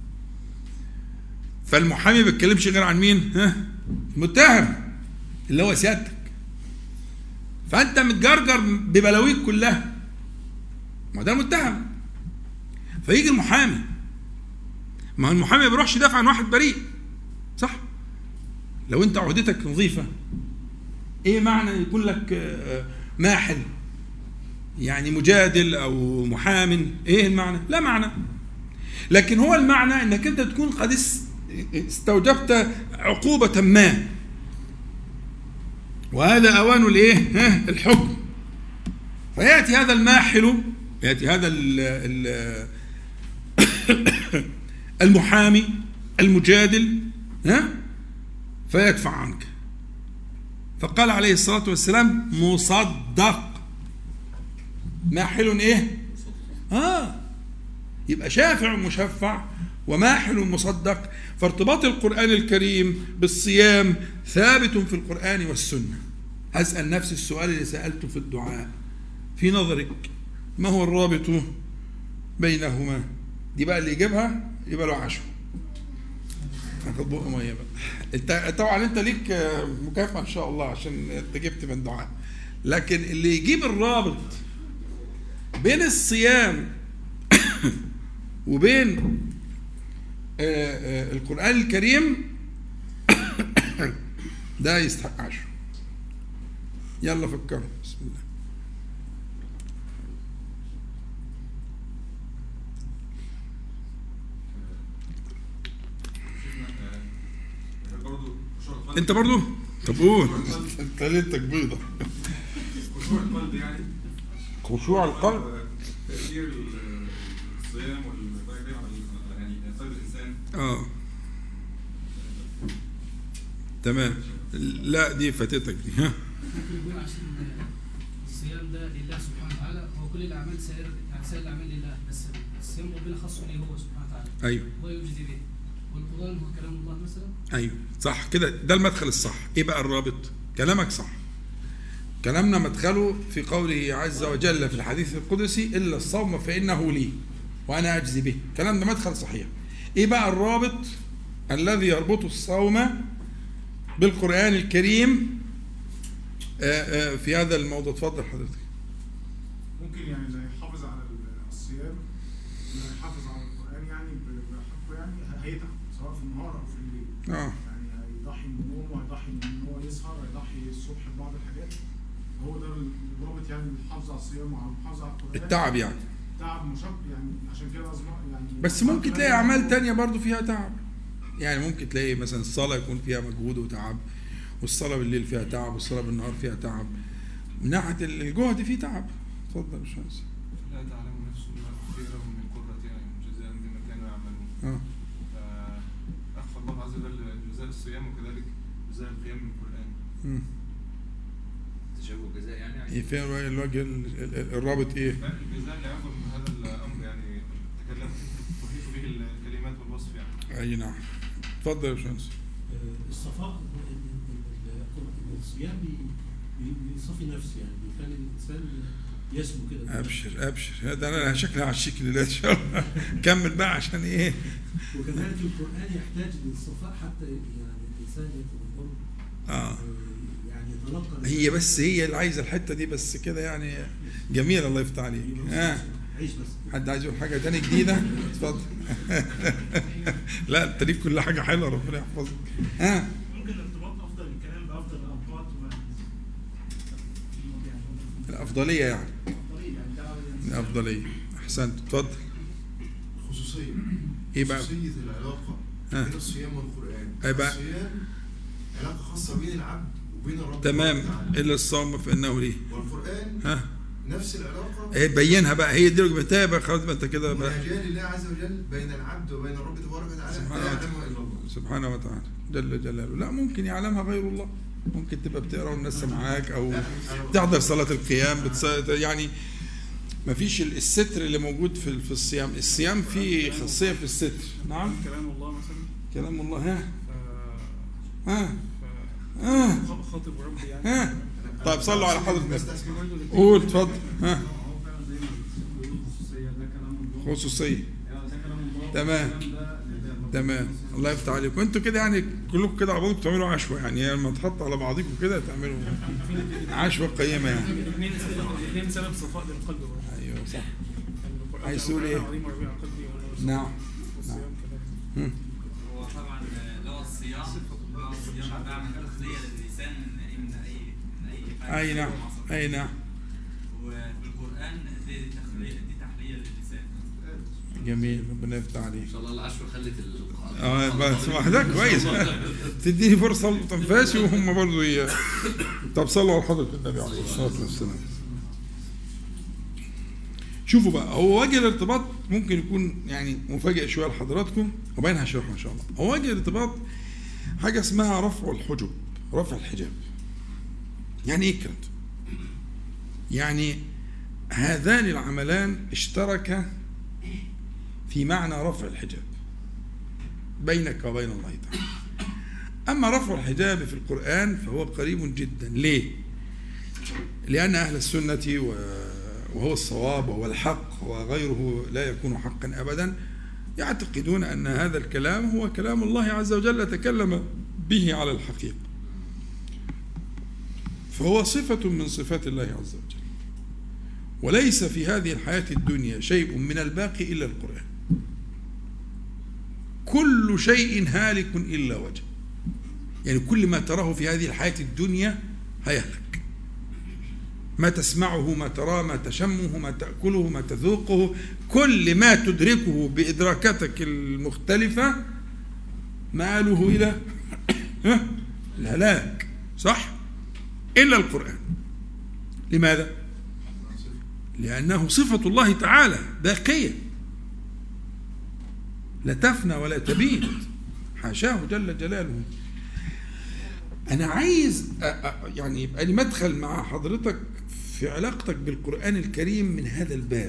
فالمحامي ما بيتكلمش غير عن مين؟ ها؟ المتهم اللي هو سيادتك. فأنت متجرجر ببلاويك كلها، ما ده المتهم. فيجي المحامي، ما هو المحامي ما بيروحش يدافع عن واحد بريء، صح؟ لو أنت عهدتك نظيفة، إيه معنى يكون لك ماحل؟ يعني مجادل أو محام، إيه المعنى؟ لا معنى. لكن هو المعنى أنك أنت تكون قد استوجبت عقوبة ما، وهذا أوان الإيه؟ ها؟ الحكم. فيأتي هذا الماحل، يأتي هذا ال ال المحامي المجادل، ها؟ فيدفع عنك. فقال عليه الصلاة والسلام: مصدق. ماحل إيه؟ آه يبقى شافع مشفع وماحل مصدق. فارتباط القرآن الكريم بالصيام ثابت في القرآن والسنة. هسأل نفس السؤال اللي سألته في الدعاء: في نظرك ما هو الرابط بينهما؟ دي بقى اللي يجيبها يبقى له عشو. هاخد بقى ميه بقى. انت طبعا انت ليك مكافأة ان شاء الله عشان انت جبت من دعاء. لكن اللي يجيب الرابط بين الصيام وبين القرآن الكريم ده يستحق عشر. يلا فكروا. بسم الله. انت برضو؟ طب قول. انت ليلتك بيضة. خشوع القلب يعني. خشوع القلب. تأثير الصيام والباقي يعني قلب الإنسان. اه تمام. لا دي فاتتك دي. ها. ممكن يكون عشان الصيام ده لله سبحانه وتعالى، هو كل الأعمال سائر يعني سائر الأعمال لله، بس الصيام ربنا خاصه ليه هو سبحانه وتعالى. أيوه. هو يجزي به. والقرآن هو كلام الله مثلا. أيوه صح كده، ده المدخل الصح. إيه بقى الرابط؟ كلامك صح. كلامنا مدخله في قوله عز وجل في الحديث القدسي: إلا الصوم فإنه لي وأنا أجزي به. كلام ده مدخل صحيح. إيه بقى الرابط الذي يربط الصوم بالقرآن الكريم في هذا الموضوع؟ اتفضل حضرتك. ممكن يعني زي يحافظ على الصيام، يحافظ على القرآن يعني بحقه، يعني هيتعب سواء في النهار أو في الليل. اه يعني هيضحي من النوم وهيضحي من ان هو يسهر، هيضحي الصبح ببعض الحاجات. هو ده الرابط يعني المحافظه على الصيام وعلى المحافظه على القران. التعب يعني. تعب مشق يعني، عشان كده لازم يعني. بس ممكن تلاقي اعمال تانية برضو فيها تعب. يعني ممكن تلاقي مثلا الصلاه يكون فيها مجهود وتعب، والصلاه بالليل فيها تعب، والصلاه بالنهار فيها تعب. من ناحيه الجهد فيه تعب. اتفضل يا باشمهندس. لا تعلم نفس ما خيرهم من قرة أعين جزاء بما كانوا يعملون. اه فأخفى الله عز وجل جزاء الصيام وكذلك جزاء القيام من القرآن. امم تشابه جزاء يعني. ايه فين الوجه ال- ال- الرابط ايه؟ الجزاء لا يعبر من هذا الأمر يعني تكلم تحيط به الكلمات والوصف يعني. اي نعم. اتفضل يا باشمهندس. الصفاء الصيام بيصفي نفسه، يعني بيخلي الانسان يسمو كده. ابشر ابشر، هذا انا شكلي على الشكل ده ان شاء الله. كمل بقى عشان ايه؟ وكذلك القران يحتاج للصفاء حتى يعني الانسان يتدبر. اه يعني يتلقى. هي بس هي اللي عايزه الحته دي بس كده يعني. جميل، الله يفتح عليك. ها عيش بس. حد عايز يقول حاجه تاني جديده؟ اتفضل. لا انت ليك كل حاجه حلوه، ربنا يحفظك. ها ممكن ارتباط افضل الكلام بافضل الاوقات و الافضليه يعني. يعني ده الافضليه. احسنت. اتفضل. خصوصية ايه بقى؟ خصوصية العلاقة ها. بين الصيام والقرآن. أي بقى. الصيام علاقة خاصة بين العبد وبين الرب تمام. سبحانه وتعالى. الا الصوم فانه ليه. والقرآن ها نفس العلاقة ايه بينها بقى، هي دي الرجمتها بقى. خلاص بقى انت كده بقى. مناجاة لله عز وجل بين العبد وبين الرب تبارك وتعالى سبحانه لا وتعالى. يعلمها إلا الله. سبحانه وتعالى جل جلاله. لا ممكن يعلمها غير الله. ممكن تبقى بتقرا والناس معاك، او تحضر صلاه القيام بتص... يعني ما فيش الستر اللي موجود في في الصيام. الصيام فيه خاصيه في الستر. نعم. كلام الله مثلا. كلام الله. ها ف- ها ف- ها خاطب ربي يعني. ها طيب صلوا على حضرة النبي. نستسمع. قول اتفضل. ها هو فعلا زي ما بيقولوا خصوصيه، ده كلام الله. خصوصيه. ده كلام الله. تمام. الكلام ده لله. تمام. الله يفتح عليكم. انتوا كده يعني كلكم كده على بعضكم بتعملوا عشوة، يعني لما تحط على بعضكم كده تعملوا عشوة قيمة يعني. الاثنين الاثنين سبب صفاء للقلب. ايوه صح. القرآن عايز تقول ايه؟ عظيم وربيع قلبي والصيام نعم. والصيام كذلك. هم. هو طبعا لو الصيام لو الصيام بعمل تخلية لللسان من اي من اي من اي حاجة. اي نعم. اي نعم. وفي القرآن دي تخلية دي تحلية لللسان. جميل، ربنا يفتح عليك. ان شاء الله العشوة خلت ال اه بس ما ده كويس. تديني فرصه لتنفاسي وهم برضه ي... طب صلوا على حضرة النبي عليه الصلاه والسلام. شوفوا بقى، هو وجه الارتباط ممكن يكون يعني مفاجئ شويه لحضراتكم وبعدين هشرحه ان شاء الله. هو وجه الارتباط حاجه اسمها رفع الحجب، رفع الحجاب. يعني ايه الكلام ده؟ يعني هذان العملان اشتركا في معنى رفع الحجاب بينك وبين الله تعالى. أما رفع الحجاب في القرآن فهو قريب جدا. ليه؟ لأن أهل السنة وهو الصواب وهو الحق وغيره لا يكون حقا أبدا يعتقدون أن هذا الكلام هو كلام الله عز وجل تكلم به على الحقيقة، فهو صفة من صفات الله عز وجل، وليس في هذه الحياة الدنيا شيء من الباقي إلا القرآن. كل شيء هالك إلا وجه، يعني كل ما تراه في هذه الحياة الدنيا هيهلك. ما تسمعه، ما تراه، ما تشمه، ما تأكله، ما تذوقه، كل ما تدركه بإدراكاتك المختلفة مآله إلى الهلاك، صح؟ إلا القرآن. لماذا؟ لأنه صفة الله تعالى باقية لا تفنى ولا تبيد، حاشاه جل جلاله. أنا عايز يعني يبقى لي مدخل مع حضرتك في علاقتك بالقرآن الكريم من هذا الباب،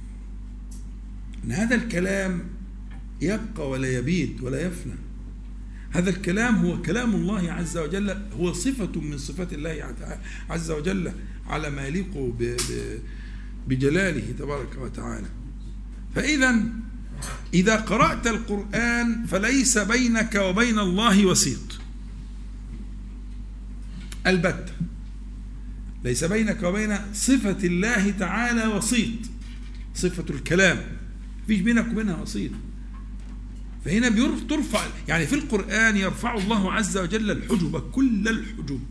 أن هذا الكلام يبقى ولا يبيد ولا يفنى. هذا الكلام هو كلام الله عز وجل، هو صفة من صفات الله عز وجل على ما يليق بجلاله تبارك وتعالى. فإذا إذا قرأت القرآن فليس بينك وبين الله وسيط البتة، ليس بينك وبين صفة الله تعالى وسيط، صفة الكلام مفيش بينك وبينها وسيط. فهنا بترفع، يعني في القرآن يرفع الله عز وجل الحجب، كل الحجب.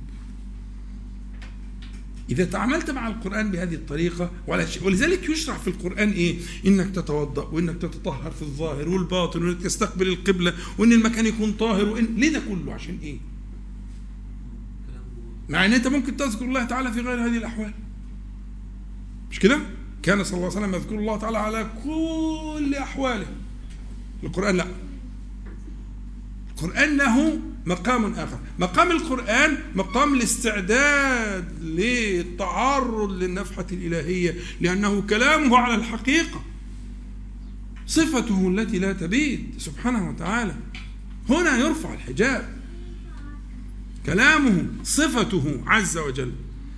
إذا تعاملت مع القرآن بهذه الطريقة، ولذلك يشرع في القرآن إيه؟ إنك تتوضأ، وإنك تتطهر في الظاهر والباطن، وإنك تستقبل القبلة، وإن المكان يكون طاهر، وإن ليه ده كله؟ عشان إيه؟ مع إن أنت ممكن تذكر الله تعالى في غير هذه الأحوال، مش كده؟ كان صلى الله عليه وسلم يذكر الله تعالى على كل أحواله. القرآن لا، القرآن له مقام آخر. مقام القرآن مقام الاستعداد للتعرض للنفحة الإلهية، لأنه كلامه على الحقيقة، صفته التي لا تبيد سبحانه وتعالى. هنا يرفع الحجاب، كلامه صفته عز وجل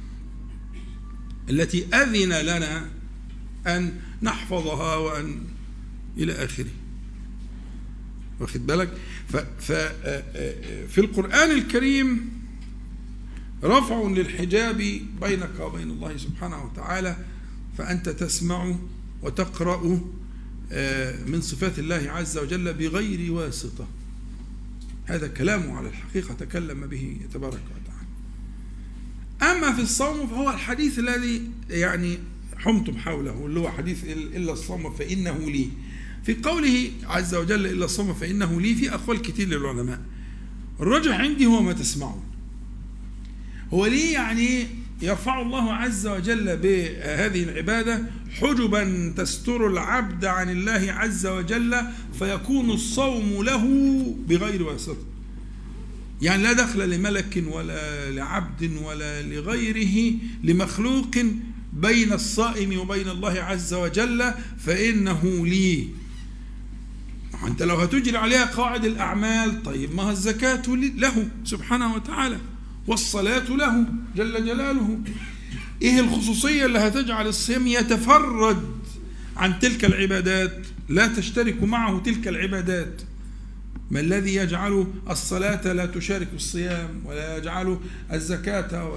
التي أذن لنا أن نحفظها وأن إلى آخره، واخد بالك؟ ففي القرآن الكريم رفع للحجاب بينك وبين الله سبحانه وتعالى، فأنت تسمع وتقرأ من صفات الله عز وجل بغير واسطة. هذا كلامه على الحقيقة تكلم به تبارك وتعالى. أما في الصوم فهو الحديث الذي يعني حمتم حوله، اللي هو حديث إلا الصوم فإنه لي. في قوله عز وجل إلا الصوم فإنه لي في أقوال كتير للعلماء. الراجح عندي هو ما تسمعون. هو ليه؟ يعني يرفع الله عز وجل بهذه العبادة حجبا تستر العبد عن الله عز وجل، فيكون الصوم له بغير واسطة. يعني لا دخل لملك ولا لعبد ولا لغيره لمخلوق بين الصائم وبين الله عز وجل، فإنه لي. أنت لو هتجري عليها قواعد الأعمال، طيب ما الزكاة له سبحانه وتعالى، والصلاة له جل جلاله. إيه الخصوصية اللي هتجعل الصيام يتفرد عن تلك العبادات، لا تشترك معه تلك العبادات؟ ما الذي يجعل الصلاة لا تشارك الصيام، ولا يجعل الزكاة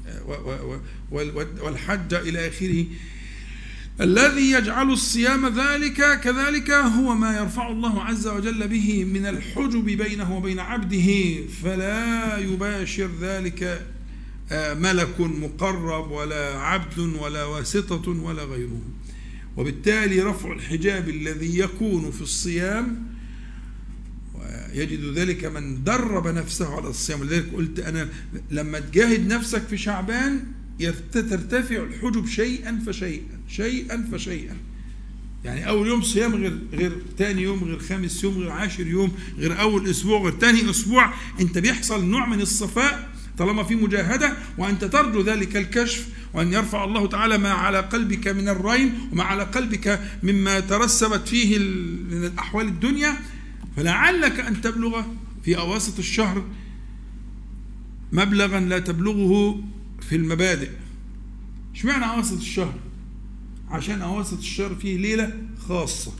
والحج إلى آخره؟ الذي يجعل الصيام ذلك كذلك هو ما يرفع الله عز وجل به من الحجب بينه وبين عبده، فلا يباشر ذلك ملك مقرب ولا عبد ولا واسطة ولا غيره. وبالتالي رفع الحجاب الذي يكون في الصيام، ويجد ذلك من درب نفسه على الصيام. ولذلك قلت أنا لما تجاهد نفسك في شعبان ترتفع الحجب شيئا فشيئا شيئا فشيئا. يعني أول يوم صيام غير غير ثاني يوم، غير خامس يوم، غير عاشر يوم، غير أول أسبوع، غير ثاني أسبوع. أنت بيحصل نوع من الصفاء طالما في مجاهدة، وأنت ترجو ذلك الكشف، وأن يرفع الله تعالى ما على قلبك من الرين وما على قلبك مما ترسبت فيه من الأحوال الدنيا. فلعلك أن تبلغ في أواسط الشهر مبلغا لا تبلغه في المبادئ. اشمعنى أواسط الشهر؟ عشان أواسط الشهر فيه ليلة خاصة،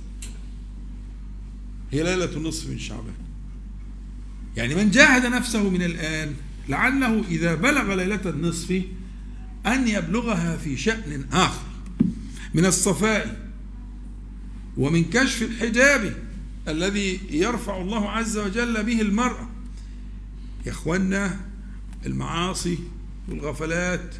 هي ليلة النصف من شعبان. يعني من جاهد نفسه من الآن لعله إذا بلغ ليلة النصف أن يبلغها في شأن آخر من الصفاء ومن كشف الحجاب الذي يرفع الله عز وجل به المرأة. يا إخوانا، المعاصي والغفلات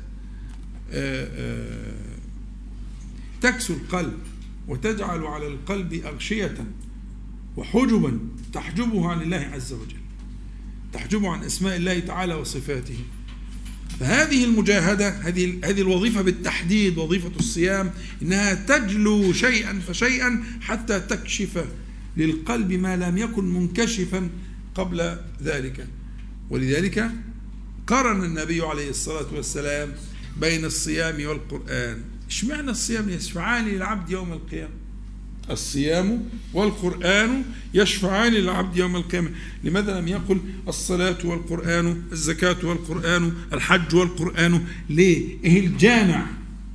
تكسو القلب وتجعل على القلب أغشية وحجبا تحجبه عن الله عز وجل، تحجبه عن أسماء الله تعالى وصفاته. فهذه المجاهدة، هذه هذه الوظيفة بالتحديد، وظيفة الصيام، إنها تجلو شيئا فشيئا حتى تكشف للقلب ما لم يكن منكشفا قبل ذلك. ولذلك قارن النبي عليه الصلاة والسلام بين الصيام والقرآن. اشمعنى الصيام يشفعان للعبد يوم القيامة؟ الصيام والقرآن يشفعان للعبد يوم القيامة. لماذا لم يقل الصلاة والقرآن، الزكاة والقرآن، الحج والقرآن؟ ليه؟ إيه الجامع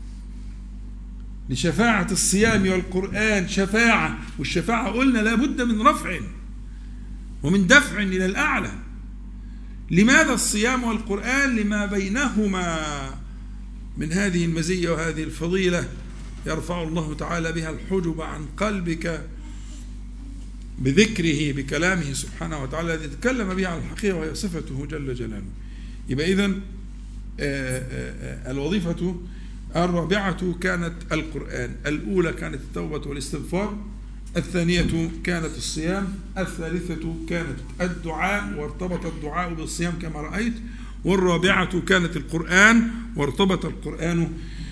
لشفاعة الصيام والقرآن؟ شفاعة، والشفاعة قلنا لا بد من رفع ومن دفع إلى الأعلى. لماذا الصيام والقرآن؟ لما بينهما من هذه المزية وهذه الفضيلة، يرفع الله تعالى بها الحجب عن قلبك بذكره بكلامه سبحانه وتعالى الذي تكلم به عن الحقيقة وهي صفته جل جلاله. يبقى إذن الوظيفة الرابعة كانت القرآن، الأولى كانت التوبة والاستغفار، الثانية كانت الصيام، الثالثة كانت الدعاء وارتبط الدعاء بالصيام كما رأيت، والرابعة كانت القرآن وارتبط القرآن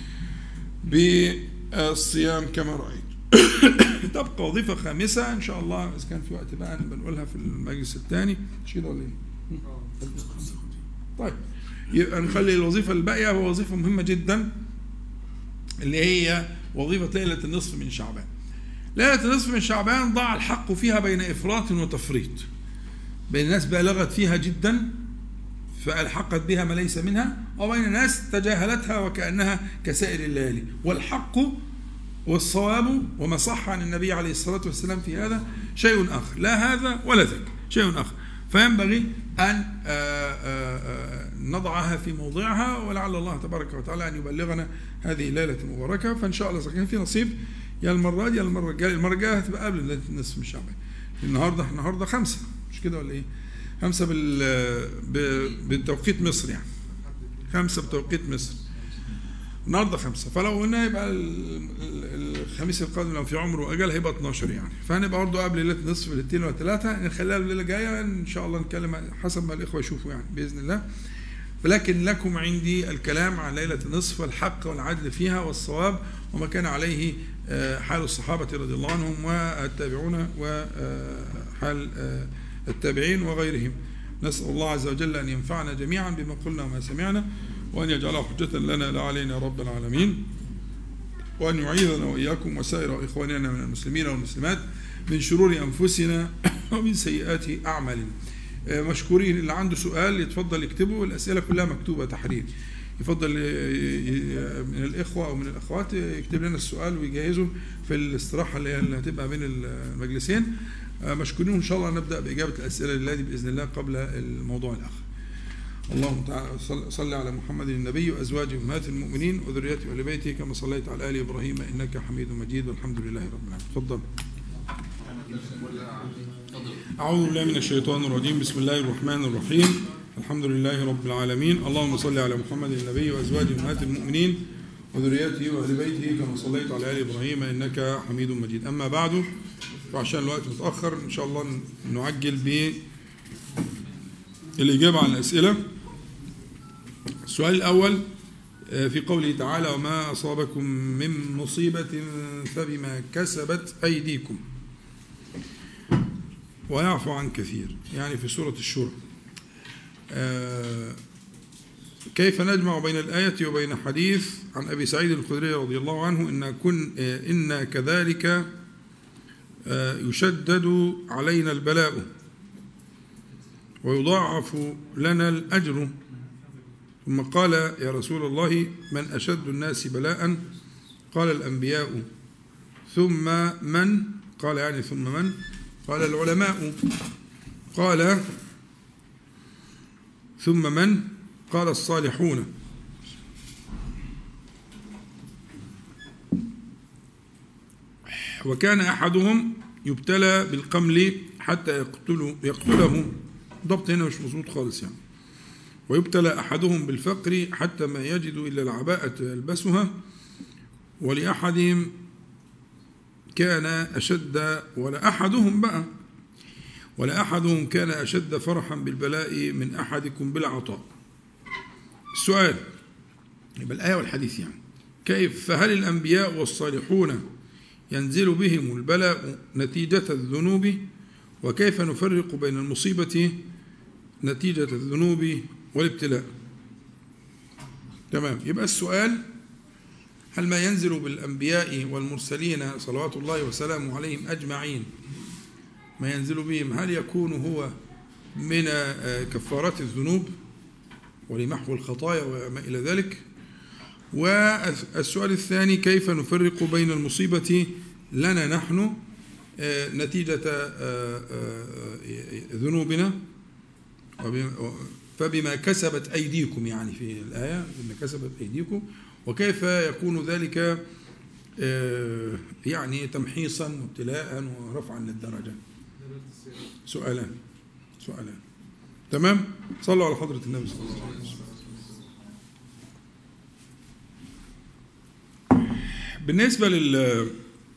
بالصيام كما رأيت. تبقى وظيفة خامسة إن شاء الله إذا كان في وقت بقى بنقولها في المجلس الثاني، مش كده ولا إيه؟ طيب يبقى نخلي الوظيفة الباقية هو وظيفة مهمة جدا اللي هي وظيفة ليلة النصف من شعبان. ليلة النصف من شعبان ضاع الحق فيها بين إفراط وتفريط، بين الناس بالغت فيها جدا فألحقت بها ما ليس منها، وبين الناس تجاهلتها وكأنها كسائر الليالي. والحق والصواب وما صح عن النبي عليه الصلاة والسلام في هذا شيء آخر، لا هذا ولا ذاك، شيء آخر. فينبغي أن نضعها في موضعها، ولعل الله تبارك وتعالى أن يبلغنا هذه الليلة المباركة. فإن شاء الله إذا كان في نصيب يا المرة دي يا المرة الجاية، المرة الجاية هتبقى قبل ليلة النصف من شعبان. النهارده النهارده خمسة مش كده ولا إيه؟ خمسة بال بالتوقيت مصر، يعني خمسة بتوقيت مصر. النهارده خمسة، فلو قلنا يبقى الخميس القادم لو في عمر واجل هيبقى اتناشر يعني، فهنبقى برضه قبل ليله النصف الاثنين ولا ثلاثه، نخليها الليله الجايه ان شاء الله نتكلم حسب ما الاخوه يشوفوا يعني باذن الله. ولكن لكم عندي الكلام عن ليله النصف والحق والعدل فيها والصواب وما كان عليه حال الصحابه رضي الله عنهم والتابعون وحال التابعين وغيرهم. نسال الله عز وجل ان ينفعنا جميعا بما قلنا وما سمعنا، وأن يجعله حجة لنا لا علينا يا رب العالمين، وأن يعيذنا وإياكم وسائر إخواننا من المسلمين والمسلمات من شرور أنفسنا ومن سيئات أعمالنا. مشكورين، اللي عنده سؤال يتفضل يكتبه، الأسئلة كلها مكتوبة تحرير، يفضل من الإخوة أو من الأخوات يكتب لنا السؤال ويجهزه في الاستراحة اللي هتبقى بين المجلسين. مشكورين، وإن شاء الله نبدأ بإجابة الأسئلة لله بإذن الله قبل الموضوع الآخر. اللهم تعالى صل على محمد النبي وأزواجه أمهات المؤمنين وذريته وآل بيته كما صليت على آل إبراهيم إنك حميد مجيد والحمد لله رب العالمين. تفضل. أعوذ بالله من الشيطان الرجيم. بسم الله الرحمن الرحيم. الحمد لله رب العالمين. اللهم صل على محمد النبي وأزواجه أمهات المؤمنين وذريته وآل بيته كما صليت على آل إبراهيم إنك حميد مجيد. أما بعد، وعشان الوقت متأخر إن شاء الله نعجل بالإجابة على الأسئلة. السؤال الأول في قوله تعالى: وما أصابكم من مصيبة فبما كسبت أيديكم ويعفو عن كثير، يعني في سورة الشورى. كيف نجمع بين الآية وبين حديث عن أبي سعيد الخدري رضي الله عنه إن كن إن كذلك يشدد علينا البلاء ويضاعف لنا الأجر؟ ثم قال: يا رسول الله من أشد الناس بلاء؟ قال: الأنبياء. ثم من؟ قال: يعني ثم من؟ قال: العلماء. قال: ثم من؟ قال: الصالحون. وكان أحدهم يبتلى بالقمل حتى يقتله يقتله ضبط هنا مش مظبوط خالص يعني. ويبتلى أحدهم بالفقر حتى ما يجد إلا العباءة يلبسها. ولأحدهم كان أشد ولا أحدهم بقى ولا أحدهم كان أشد فرحا بالبلاء من أحدكم بالعطاء. السؤال يبقى الآية والحديث يعني كيف؟ فهل الأنبياء والصالحون ينزل بهم البلاء نتيجة الذنوب؟ وكيف نفرق بين المصيبة نتيجة الذنوب والابتلاء؟ تمام. يبقى السؤال: هل ما ينزل بالأنبياء والمرسلين صلوات الله وسلامه عليهم أجمعين ما ينزل بهم هل يكون هو من كفارات الذنوب ولمحو الخطايا وما إلى ذلك؟ والسؤال الثاني: كيف نفرق بين المصيبة لنا نحن نتيجة ذنوبنا فبما كسبت أيديكم، يعني في الآية بما كسبت أيديكم، وكيف يكون ذلك يعني تمحيصا وابتلاء ورفعا للدرجة؟ سؤالان سؤالان تمام. صلوا على حضرة النبي صلى الله عليه وسلم. بالنسبة لل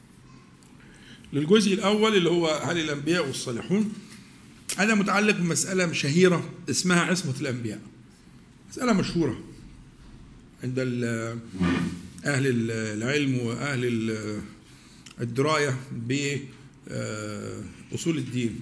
للجزء الأول اللي هو هل الأنبياء والصالحون، هذا متعلق بمسألة شهيرة اسمها عصمة الأنبياء. مسألة مشهورة عند أهل العلم وأهل الدراية بأصول الدين.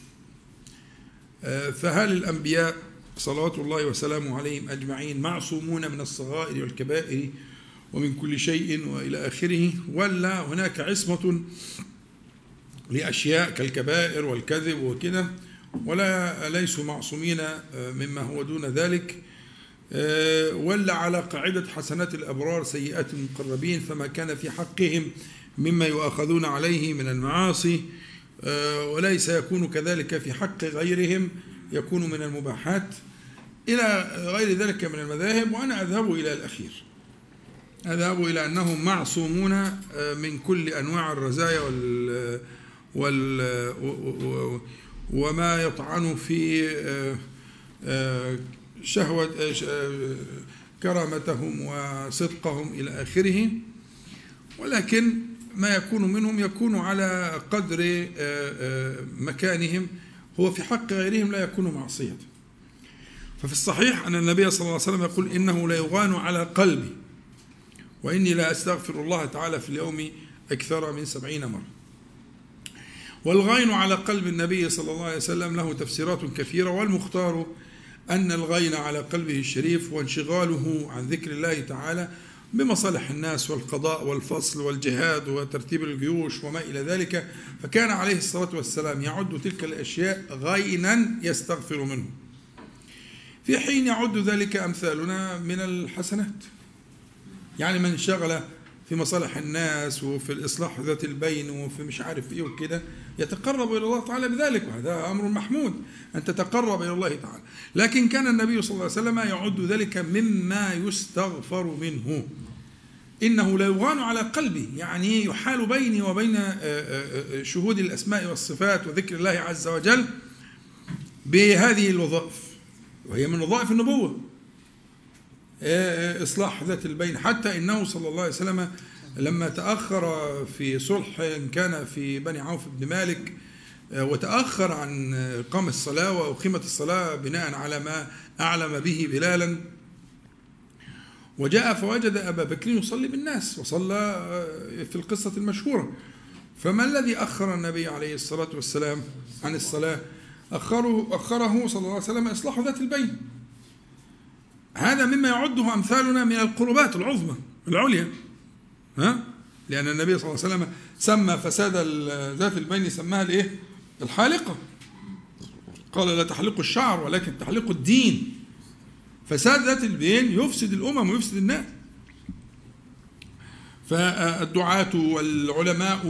فهل الأنبياء صلوات الله وسلامه عليهم أجمعين معصومون من الصغائر والكبائر ومن كل شيء وإلى آخره، ولا هناك عصمة لأشياء كالكبائر والكذب وكذا، ولا ليسوا معصومين مما هو دون ذلك، ولا على قاعدة حسنات الأبرار سيئات المقربين، فما كان في حقهم مما يؤاخذون عليه من المعاصي وليس يكون كذلك في حق غيرهم، يكون من المباحات إلى غير ذلك من المذاهب. وأنا أذهب إلى الأخير، أذهب إلى أنهم معصومون من كل أنواع الرزايا وال وال وما يطعن في شهوة كرامتهم وصدقهم إلى آخره، ولكن ما يكون منهم يكون على قدر مكانهم، هو في حق غيرهم لا يكون معصية. ففي الصحيح أن النبي صلى الله عليه وسلم يقول إنه لا يغان على قلبي وإني لا أستغفر الله تعالى في اليوم أكثر من سبعين مرة. والغين على قلب النبي صلى الله عليه وسلم له تفسيرات كثيرة، والمختار أن الغين على قلبه الشريف وانشغاله عن ذكر الله تعالى بمصالح الناس والقضاء والفصل والجهاد وترتيب الجيوش وما إلى ذلك، فكان عليه الصلاة والسلام يعد تلك الأشياء غينا يستغفر منه، في حين يعد ذلك أمثالنا من الحسنات. يعني من شغل في مصالح الناس وفي الإصلاح ذات البين وفي مش عارف إيه وكده يتقرب إلى الله تعالى بذلك، وهذا أمر محمود أن تتقرب إلى الله تعالى. لكن كان النبي صلى الله عليه وسلم يعد ذلك مما يستغفر منه. إنه لا يغان على قلبي، يعني يحال بيني وبين شهود الأسماء والصفات وذكر الله عز وجل بهذه الوظائف، وهي من وظائف النبوة إصلاح ذات البين. حتى إنه صلى الله عليه وسلم لما تأخر في صلح كان في بني عوف بن مالك وتأخر عن قام الصلاة وأقيمت الصلاة بناء على ما أعلم به بلالا، وجاء فوجد أبا بكر يصلي بالناس وصلى في القصة المشهورة. فما الذي أخر النبي عليه الصلاة والسلام عن الصلاة؟ أخره, أخره صلى الله عليه وسلم إصلاح ذات البين. هذا مما يعده أمثالنا من القربات العظمى العليا، ها؟ لأن النبي صلى الله عليه وسلم سمى فساد ذات البين سماها الإيه؟ الحالقة. قال لا تحلقوا الشعر ولكن تحلقوا الدين. فساد ذات البين يفسد الأمم ويفسد الناس. فالدعاة والعلماء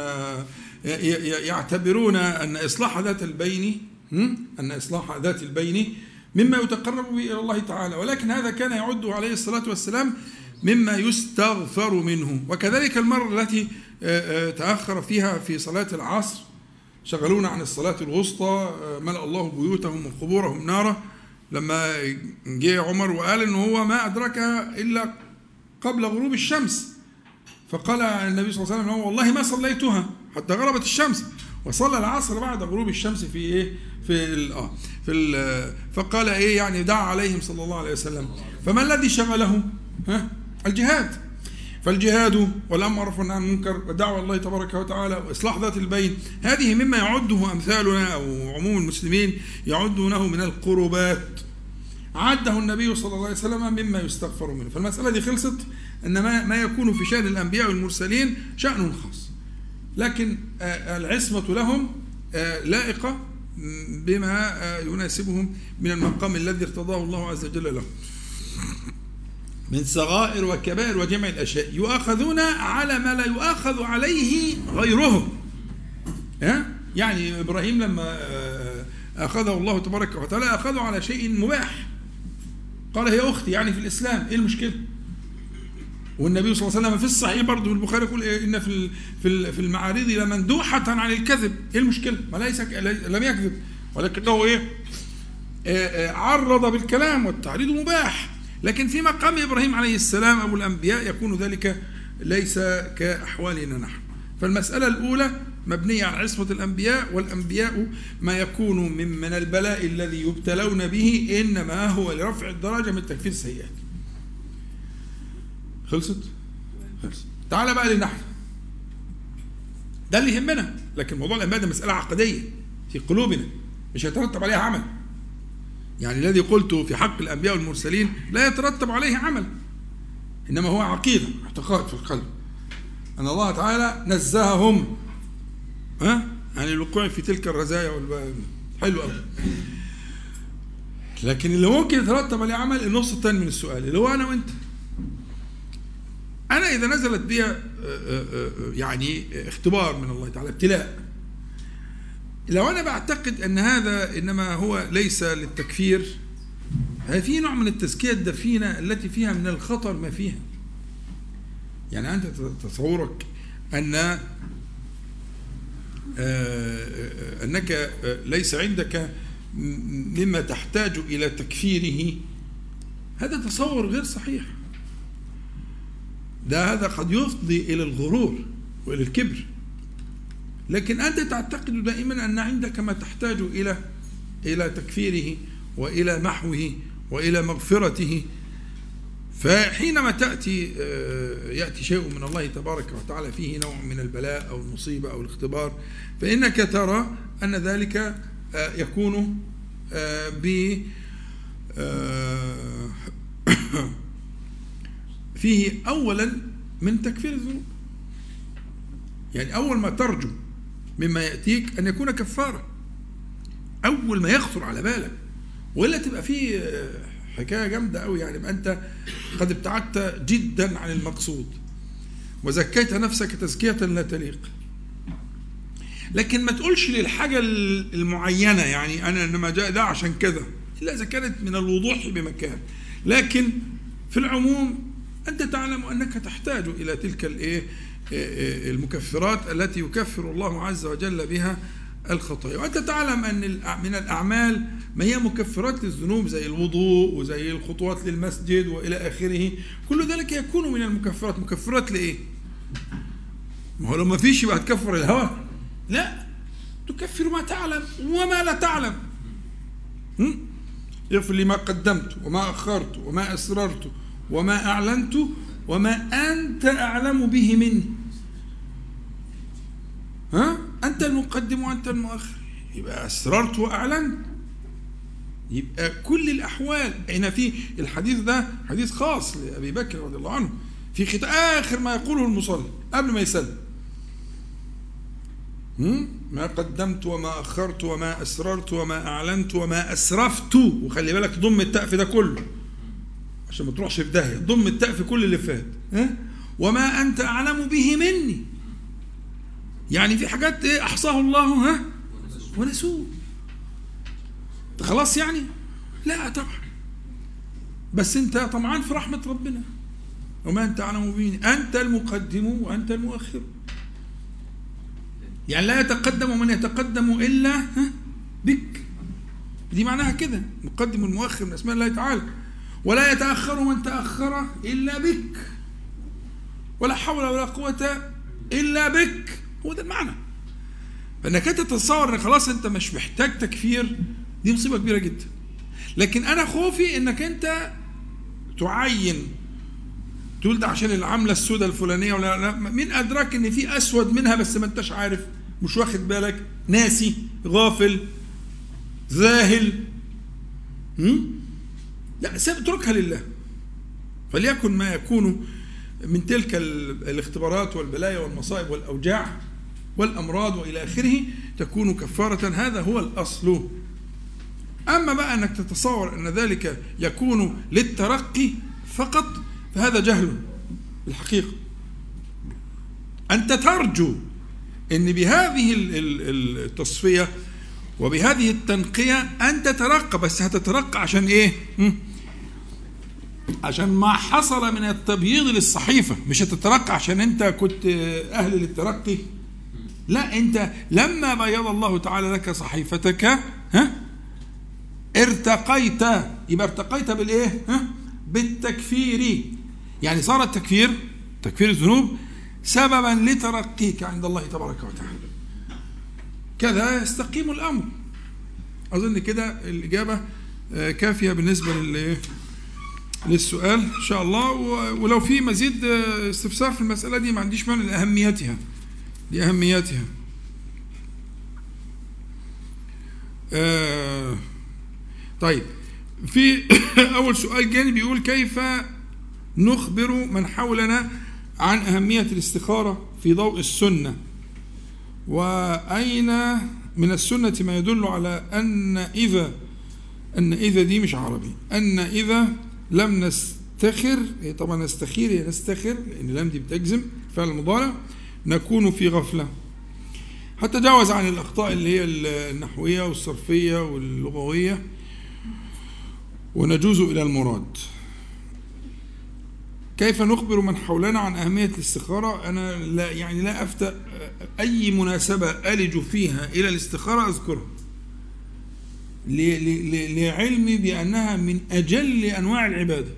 يعتبرون أن إصلاح ذات البين أن إصلاح ذات البين مما يتقرب به إلى الله تعالى، ولكن هذا كان يعد عليه الصلاة والسلام مما يستغفر منه. وكذلك المرة التي تأخر فيها في صلاة العصر شغلونا عن الصلاة الوسطى، ملأ الله بيوتهم وقبورهم نارا، لما جاء عمر وقال إنه هو ما أدركها إلا قبل غروب الشمس، فقال النبي صلى الله عليه وسلم والله ما صليتها حتى غربت الشمس، وصلى العصر بعد غروب الشمس في إيه في ال آه في ال فقال إيه يعني دعا عليهم صلى الله عليه وسلم. فما الذي شغله؟ ها الجهاد. فالجهاد والأمر عن المنكر ودعوة الله تبارك وتعالى وإصلاح ذات البين، هذه مما يعده أمثالنا أو عموم المسلمين يعدونه من القربات، عده النبي صلى الله عليه وسلم مما يستغفر منه. فالمسألة دي خلصت، أن ما يكون في شأن الأنبياء والمرسلين شأن خاص، لكن العصمة لهم لائقة بما يناسبهم من المقام الذي ارتضاه الله عز وجل لهم من صغائر وكبائر وجمع الأشياء، يؤاخذون على ما لا يؤاخذ عليه غيرهم. يعني إبراهيم لما أخذه الله تبارك وتعالى أخذه على شيء مباح، قال هي أختي يعني في الإسلام، إيه المشكلة؟ والنبي صلى الله عليه وسلم في الصحيح برضه في البخاري يقول إيه إن في في في المعارض لمندوحة عن الكذب. إيه المشكلة؟ ما ليس لم يكذب ولكنه إيه آه عرض بالكلام والتعريض مباح. لكن في مقام إبراهيم عليه السلام أبو الأنبياء يكون ذلك ليس كأحوالنا نحن. فالمسألة الأولى مبنية على عصمة الأنبياء، والأنبياء ما يكون من من البلاء الذي يبتلون به إنما هو لرفع الدرجة من تكفير السيئات. خلصت؟ خلصت. تعال بقى للنحو، ده اللي يهمنا. لكن موضوع الأنبياء ده مسألة عقدية في قلوبنا مش هيترتب عليها عمل. يعني الذي قلته في حق الأنبياء والمرسلين لا يترتب عليه عمل، إنما هو عقيدة اعتقاد في القلب أن الله تعالى نزههم ها عن الوقوع في تلك الرزايا والب... حلو قوي. لكن اللي ممكن يترتب عليه عمل النص الثاني من السؤال اللي هو أنا وأنت. أنا إذا نزلت بي يعني اختبار من الله تعالى، ابتلاء، لو أنا بعتقد أن هذا إنما هو ليس للتكفير، في نوع من التزكية الدفينة التي فيها من الخطر ما فيها. يعني أنت تصورك أن أنك ليس عندك مما تحتاج إلى تكفيره، هذا تصور غير صحيح. ده هذا قد يفضي إلى الغرور وإلى الكبر. لكن أنت تعتقد دائما أن عندك ما تحتاج إلى إلى تكفيره وإلى محوه وإلى مغفرته. فحينما تأتي يأتي شيء من الله تبارك وتعالى فيه نوع من البلاء أو المصيبة أو الاختبار، فإنك ترى أن ذلك يكون ب فيه أولا من تكفير الذنوب. يعني أول ما ترجو مما يأتيك أن يكون كفارة، أول ما يخطر على بالك، وإلا تبقى فيه حكاية جامدة أوي. يعني أنت قد ابتعدت جدا عن المقصود وزكيت نفسك تزكية لا تليق. لكن ما تقولش للحاجة المعينة يعني أنا إنما جاء ده عشان كذا، إلا إذا كانت من الوضوح بمكان. لكن في العموم أنت تعلم أنك تحتاج إلى تلك الإيه المكفرات التي يكفر الله عز وجل بها الخطايا. وأنت تعلم أن من الأعمال ما هي مكفرات للذنوب زي الوضوء وزي الخطوات للمسجد وإلى آخره. كل ذلك يكون من المكفرات. مكفرات لإيه؟ ما هو لما فيش يبقى تكفر الهوى؟ لا، تكفر ما تعلم وما لا تعلم. يغفر لي ما قدمت وما أخرت وما أسررت وما أعلنت وما أنت أعلم به مني. ها؟ أنت المقدم وأنت المؤخر، يبقى أسررت وأعلنت. يبقى كل الأحوال. هنا في الحديث ده حديث خاص لأبي بكر رضي الله عنه في ختام آخر ما يقوله المصلي قبل ما يسلم: ما قدمت وما أخرت وما أسررت وما أعلنت وما أسرفت. وخلي بالك ضم التاء في ده كله عشان ما تروحش في داهية، ضم التاء في كل اللي فات. ها؟ وما أنت أعلم به مني. يعني في حاجات إيه أحصاها الله ها ونسوه. خلاص يعني؟ لا طبعا، بس أنت طمعان في رحمة ربنا. وما أنت أعلم به، أنت المقدم وأنت المؤخر. يعني لا يتقدم من يتقدم إلا ها بك. دي معناها كده، مقدم والمؤخر من أسماء الله تعالى. ولا يتأخر من تأخر إلا بك، ولا حول ولا قوة إلا بك. هو ده المعنى. فإنك أنت تتصور أن خلاص أنت مش محتاج تكفير، دي مصيبة كبيرة جدا. لكن أنا خوفي أنك أنت تعين تقول ده عشان العملة السوداء الفلانية، ولا لا، مين أدراك أن في أسود منها بس ما أنتش عارف، مش واخد بالك، ناسي، غافل، ذاهل. هم؟ لا، اتركها لله. فليكن ما يكون من تلك الاختبارات والبلايا والمصائب والأوجاع والأمراض وإلى آخره تكون كفارة. هذا هو الأصل. أما بقى أنك تتصور أن ذلك يكون للترقي فقط فهذا جهل بالحقيقة. أنت ترجو أن بهذه التصفية وبهذه التنقية أن تترقى، بس هتترقى عشان إيه؟ عشان ما حصل من التبييض للصحيفة، مش هتترقى عشان انت كنت اهل للترقي، لا، انت لما بيض الله تعالى لك صحيفتك ها ارتقيت، يبقى ارتقيت بالايه؟ ها بالتكفير، يعني صار التكفير تكفير الذنوب سببا لترقيك عند الله تبارك وتعالى. كذا يستقيم الامر. اظن كده الاجابه كافيه بالنسبه لل للسؤال ان شاء الله، ولو في مزيد استفسار في المساله دي ما عنديش مانع لاهميتها لاهميتها. آه طيب، في اول سؤال جاني بيقول كيف نخبر من حولنا عن اهميه الاستخاره في ضوء السنه، واين من السنه ما يدل على ان اذا ان اذا دي مش عربي ان اذا لم نستخر، طبعا نستخير هي نستخر لان لم دي بتجزم فعل المضارع، نكون في غفله. هتجاوز عن الاخطاء اللي هي النحويه والصرفيه واللغويه ونجوز الى المراد. كيف نخبر من حولنا عن اهميه الاستخاره؟ انا لا يعني لا افتى اي مناسبه الج فيها الى الاستخاره اذكرها، لعلمي بأنها من أجل أنواع العبادة،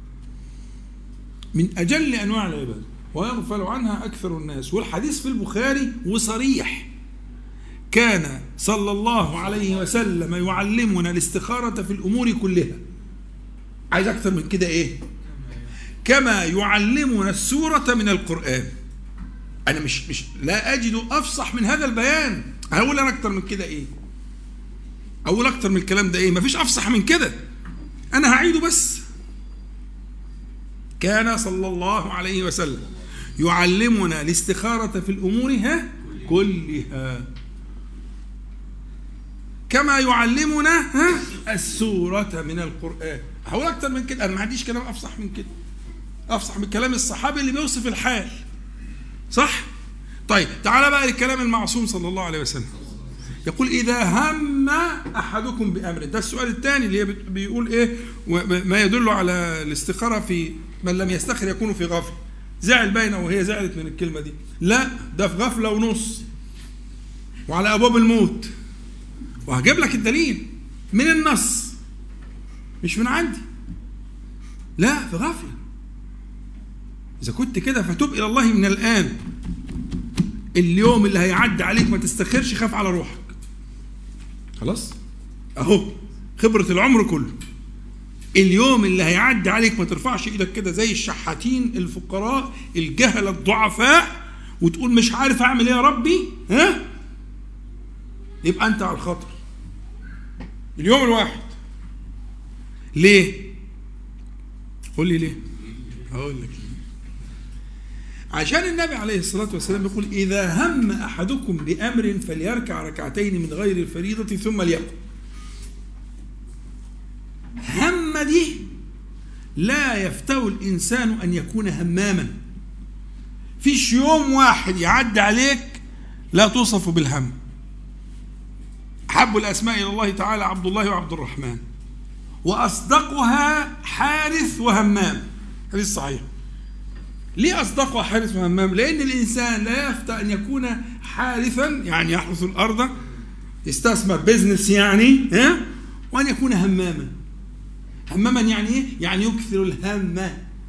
من أجل أنواع العبادة ويغفل عنها أكثر الناس. والحديث في البخاري وصريح، كان صلى الله عليه وسلم يعلمنا الاستخارة في الأمور كلها. عايز أكثر من كده إيه؟ كما يعلمنا السورة من القرآن. أنا مش مش لا أجد أفصح من هذا البيان. هقول أنا أكثر من كده إيه؟ أقول أكتر من الكلام ده إيه؟ مفيش أفصح من كده، أنا هعيده بس. كان صلى الله عليه وسلم يعلمنا الاستخارة في الأمور ها كلها كما يعلمنا ها السورة من القرآن. هقول أكتر من كده، أنا ما عنديش كلام أفصح من كده، أفصح من كلام الصحابي اللي بيوصف الحال، صح؟ طيب تعال بقى للكلام المعصوم صلى الله عليه وسلم. يقول إذا هم أحدكم بأمر، ده السؤال الثاني اللي بيقول إيه ما يدل على الاستخارة في من لم يستخر يكون في غفلة. زعل باينة وهي زعلت من الكلمة دي، لا ده في غفلة ونص وعلى أبواب الموت، وهجيب لك الدليل من النص مش من عندي، لا في غفلة. إذا كنت كده فتوب إلى الله من الآن، اليوم اللي هيعدي عليك ما تستخرش، خاف على روحك، خلاص اهو خبرة العمر كله. اليوم اللي هيعدي عليك ما ترفعش ايدك كده زي الشحاتين الفقراء الجهلة الضعفاء وتقول مش عارف اعمل ايه يا ربي، ها يبقى انت على الخطر. اليوم الواحد. ليه؟ قول لي ليه؟ هقول لك ليه. عشان النبي عليه الصلاة والسلام يقول إذا هم أحدكم بأمر فليركع ركعتين من غير الفريضة ثم ليقم. هم دي لا يفتو الإنسان أن يكون هماما. فيش يوم واحد يعد عليك لا توصف بالهم. أحب الأسماء إلى الله تعالى عبد الله وعبد الرحمن، وأصدقها حارث وهمام. حديث صحيح. ليه أصدقها حارث وهمام؟ لأن الإنسان لا يفتى أن يكون حارثا يعني يحرث الأرض يستثمر بيزنس يعني، ها؟ وأن يكون هماما. هماما يعني إيه؟ يعني يكثر الهم،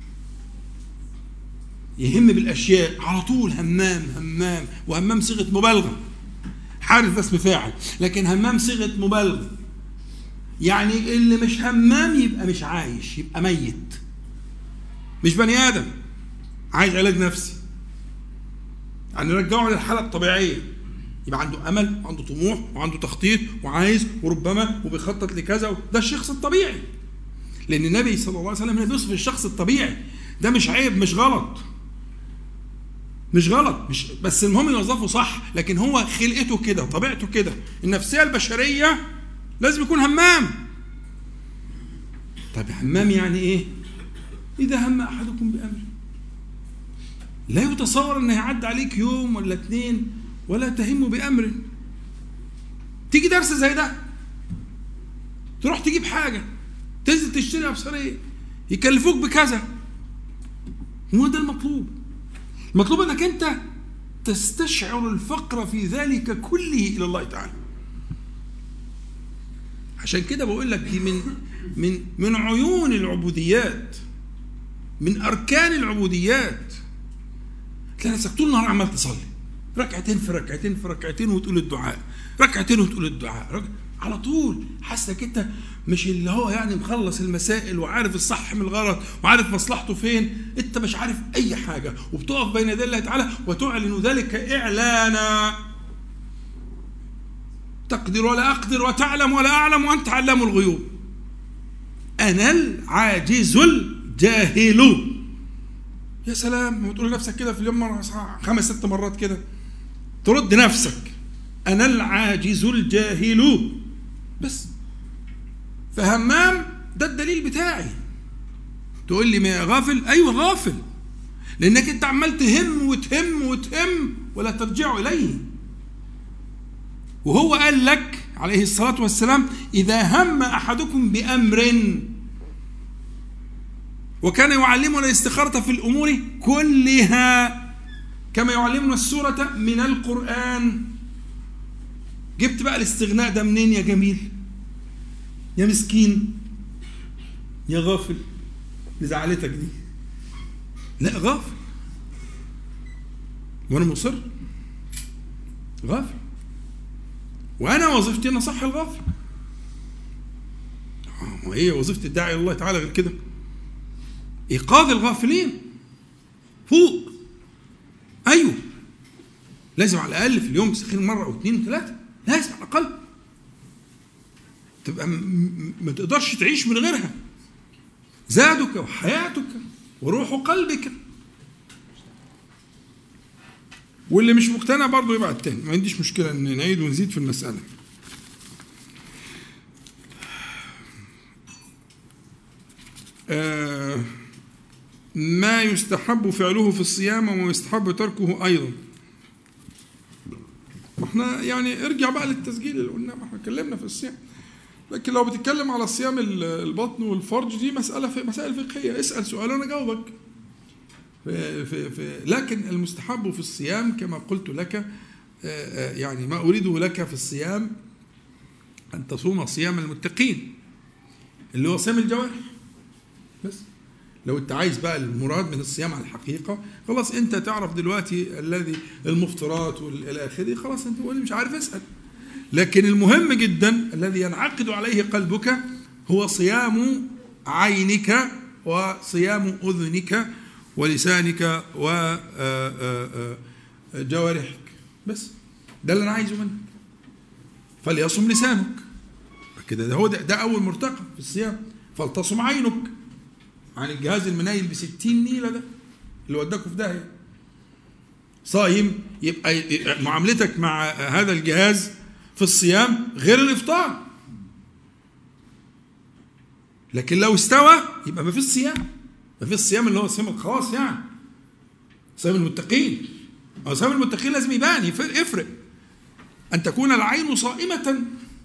يهم بالأشياء على طول. همام همام وهمام صيغة مبالغة. حارث ده اسم فاعل، لكن همام صيغة مبالغة. يعني اللي مش همام يبقى مش عايش، يبقى ميت، مش بني آدم، عايز علاج نفسي. يعني نرجعه للحالة الطبيعية، يبقى عنده أمل وعنده طموح وعنده تخطيط وعايز وربما وبيخطط لكذا. ده الشخص الطبيعي، لأن النبي صلى الله عليه وسلم بيوصف الشخص الطبيعي. ده مش عيب، مش غلط، مش غلط، مش بس المهم يوظفه صح. لكن هو خلقته كده، طبيعته كده، النفسية البشرية لازم يكون همام. طب همام يعني إيه؟ إذا هم أحدكم بأمر لا يتصور أنه يعدي عليك يوم ولا اتنين ولا تهم بأمر. تيجي درس زي ده، تروح تجيب حاجة، تنزل تشتريها بصرية، يكلفوك بكذا. هو ده المطلوب. المطلوب انك انت تستشعر الفقر في ذلك كله الى الله تعالى. عشان كده بقول لك دي من من من عيون العبوديات، من اركان العبوديات. تلاقي نفسك طول النهار عمال تصلي ركعتين في ركعتين في ركعتين وتقول الدعاء، ركعتين وتقول الدعاء، ركع... على طول حاسك انت مش اللي هو يعني مخلص المسائل وعارف الصح من الغلط وعارف مصلحته فين، انت مش عارف اي حاجه، وبتقف بين يدي الله تعالى وتعلن ذلك اعلانا. تقدر ولا اقدر وتعلم ولا اعلم وانت علام الغيوب. انا العاجز الجاهل. يا سلام، وتقول لنفسك كده في اليوم مرة خمس ست مرات كده، ترد نفسك أنا العاجز الجاهل بس. فهمام ده الدليل بتاعي. تقول لي ما غافل؟ أيوة غافل، لأنك أنت عمال تهم وتهم وتهم ولا ترجع إليه. وهو قال لك عليه الصلاة والسلام إذا هم أحدكم بأمر، وكان يعلمنا الاستخارة في الأمور كلها كما يعلمنا السورة من القرآن. جبت بقى الاستغناء ده منين يا جميل؟ يا مسكين يا غافل لزعلتك دي. لا غافل، وانا مصر غافل، وانا وظيفتي ان اصح الغافل. وايه وظيفة الداعي الى الله تعالى غير كده؟ ايقاظ الغافلين. فوق. ايوه لازم على الاقل في اليوم تستخير مره او اثنين وثلاثه، لازم على الاقل تبقى ما تقدرش تعيش من غيرها. زادك وحياتك وروح قلبك. واللي مش مقتنع برضه يبعت تاني، ما عنديش مشكله ان نعيد ونزيد في المساله. آه ما يستحب فعله في الصيام وما يستحب تركه ايضا. احنا يعني ارجع بقى للتسجيل اللي قلناه، احنا اتكلمنا في الصيام. لكن لو بتتكلم على صيام البطن والفرج دي مساله في مسائل فقهيه، اسال سؤال وانا اجاوبك. في في في لكن المستحب في الصيام كما قلت لك، يعني ما اريده لك في الصيام ان تصوم صيام المتقين اللي هو صيام الجوارح بس. لو انت عايز بقى المراد من الصيام على الحقيقه، خلاص انت تعرف دلوقتي الذي المفطرات والى اخره، خلاص انت مش عارف اسال. لكن المهم جدا الذي ينعقد عليه قلبك هو صيام عينك وصيام اذنك ولسانك وجوارحك بس. ده اللي انا عايزه منك. فليصم لسانك كده، ده هو ده, ده اول مرتقى في الصيام. فلتصم عينك عن الجهاز المنيل بستين نيلة ده اللي وداكوا في داهية. صايم يبقى معاملتك مع هذا الجهاز في الصيام غير الإفطار. لكن لو استوى يبقى ما فيش صيام. ما فيش صيام اللي هو الصيام الخاص، يعني صيام المتقين. أو صيام المتقين لازم يبان يفرق أن تكون العين صائمة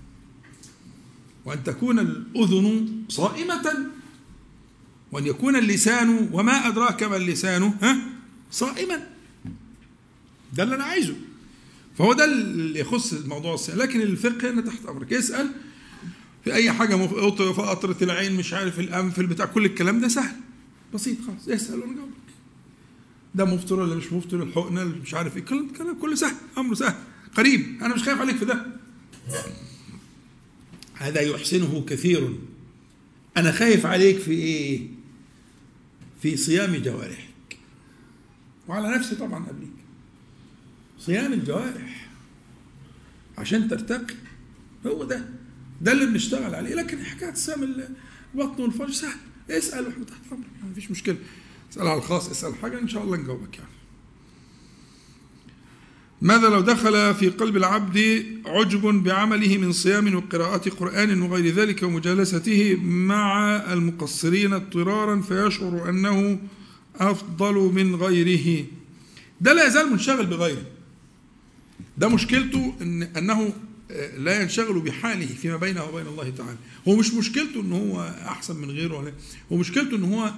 وأن تكون الأذن صائمة وأن يكون اللسان وما أدراك ما اللسان ها صائما. ده اللي أنا عايزه. فهو ده اللي يخص الموضوع الصيام. لكن الفقه أنا تحت أمرك، اسأل في أي حاجة، في قطرة العين، مش عارف الأنف، البتاع، كل الكلام ده سهل بسيط خالص. اسأل وأنا جاوبك. ده مفطر ولا مش مفطر، الحقنة مش عارف إيه، الكلام كله سهل، أمره سهل قريب. أنا مش خايف عليك في ده. هذا يحسنه كثير. أنا خايف عليك في إيه؟ في صيام جوارحك، وعلى نفسي طبعا قبليك. صيام الجوارح عشان ترتقي، هو ده ده اللي بنشتغل عليه. لكن حكاية صيام البطن والفرج سهل. اسأل واحنا تحت أمرك، ما فيش مشكلة. اسأل على الخاص، اسأل حاجة إن شاء الله نجاوبك. يعني ماذا لو دخل في قلب العبد عجب بعمله من صيام وقراءة قرآن وغير ذلك ومجالسته مع المقصرين اضطرارا فيشعر أنه أفضل من غيره؟ ده لا يزال منشغل بغيره. ده مشكلته إن أنه لا ينشغل بحاله فيما بينه وبين الله تعالى. هو مش مشكلته ان هو احسن من غيره ولا، هو مشكلته ان هو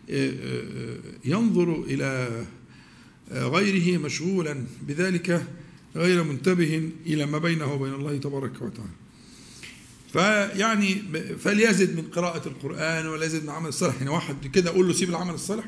ينظر الى غيره مشغولا بذلك غير منتبه الى ما بينه وبين الله تبارك وتعالى. فيعني فليزد من قراءة القرآن وليزد من عمل الصالح. يعني واحد كده اقول له سيب العمل الصالح؟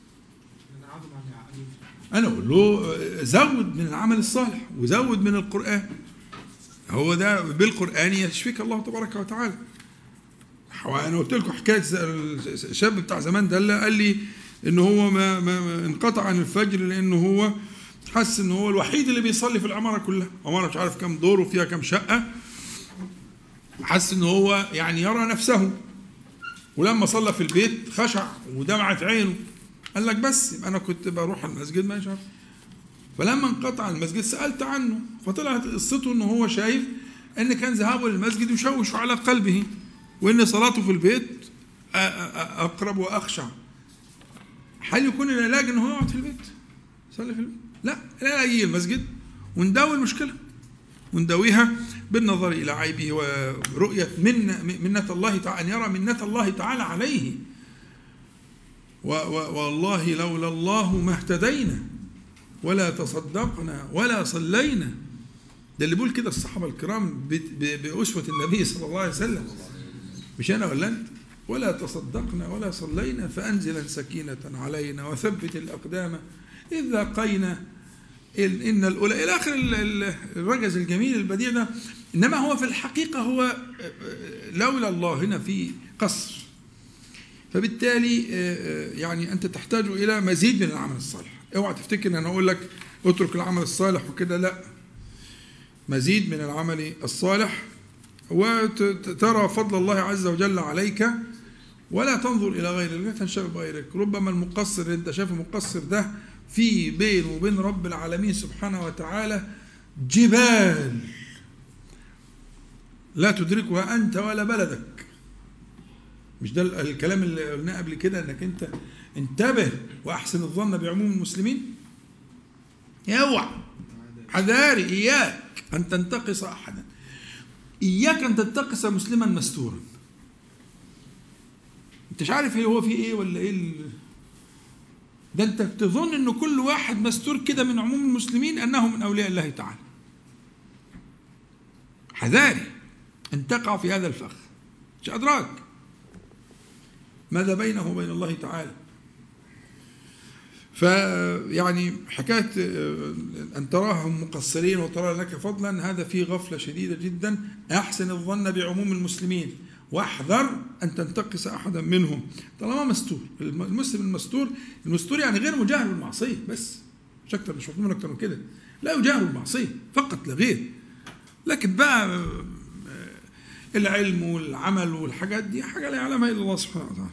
انا اقول له زود من العمل الصالح وزود من القرآن. هو ده بالقرآن يشفيك الله تبارك وتعالى. انا قلت لكم حكايه الشاب بتاع زمان ده قال لي ان هو ما, ما انقطع عن الفجر لانه هو حس ان هو الوحيد اللي بيصلي في العماره كلها، عماره مش عارف كم دور وفيها كم شقه، حس ان هو يعني يرى نفسه، ولما صلى في البيت خشع ودمعت عينه، قال لك بس يبقى انا كنت بروح المسجد ما عارف. فلما انقطع المسجد سالت عنه، فطلعت قصته ان هو شايف ان كان ذهابه للمسجد يشوش على قلبه، وان صلاته في البيت اقرب واخشع. هل يكون العلاج ان هو يقعد في البيت يصلي في البيت؟ لا، لا يجي المسجد ونداوي المشكله ونداويها بالنظر الى عيبه ورؤيه من منه الله تعالى، ان يرى منه الله تعالى عليه. والله لولا الله ما اهتدينا ولا تصدقنا ولا صلينا. ده اللي بيقول كده الصحابه الكرام بأسوة النبي صلى الله عليه وسلم، مش انا ولا انت. ولا تصدقنا ولا صلينا فانزلا سكينه علينا وثبت الاقدام اذ لاقينا ان الاولى الى اخر الرجز الجميل البديع ده. انما هو في الحقيقه هو لولا الله هنا في قصر. فبالتالي يعني انت تحتاج الى مزيد من العمل الصالح. اوعى تفتكر ان انا اقول لك اترك العمل الصالح وكده، لا، مزيد من العمل الصالح وترى فضل الله عز وجل عليك ولا تنظر الى غيرك، لا تنشغل بغيرك. ربما المقصر اللي انت شايفه مقصر ده في بينه وبين رب العالمين سبحانه وتعالى جبال لا تدركها انت ولا بلدك. مش ده الكلام اللي قلناه قبل كده، انك انت انتبه واحسن الظن بعموم المسلمين. اوعى، حذاري، اياك ان تنتقص احدا، اياك ان تنتقص مسلما مستورا. انت مش عارف ايه هو في ايه ولا ايه. ده انت تظن ان كل واحد مستور كده من عموم المسلمين انه من اولياء الله تعالى. حذاري ان تقع في هذا الفخ، مش ادراك ماذا بينه وبين الله تعالى. فيعني حكايه ان تراهم مقصرين وترى لك فضلا، هذا فيه غفله شديده جدا. احسن الظن بعموم المسلمين واحذر ان تنتقص احدا منهم طالما مستور. المسلم المستور، المستور يعني غير مجاهر بالمعصيه بس، مش اكتر، مش مطلوب اكتر من كده. لا يجاهر بالمعصيه فقط لا غير. لكن بقى العلم والعمل والحاجات دي حاجه لا يعلمها الا الله سبحانه وتعالى.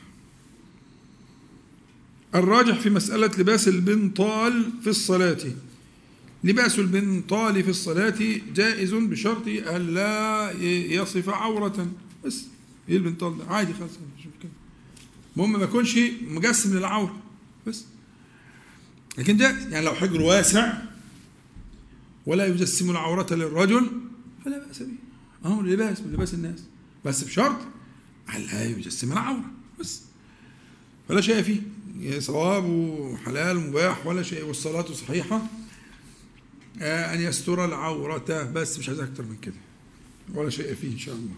الراجح في مسألة لباس البنطال في الصلاة، لباس البنطال في الصلاة جائز بشرط أن لا يصف عورة. بس ايه البنطال ده عادي خالص، مش مشكلة، المهم ما يكونش مجسم للعورة بس. لكن ده يعني لو حجر واسع ولا يجسم العورة للرجل فلا بأس به، أهو لباس من لباس الناس، بس بشرط أن لا يجسم العورة بس، ولا شيء فيه، صواب وحلال ومباح ولا شيء، والصلاة صحيحة. أن يستر العورة بس، مش عايز أكتر من كده، ولا شيء فيه إن شاء الله.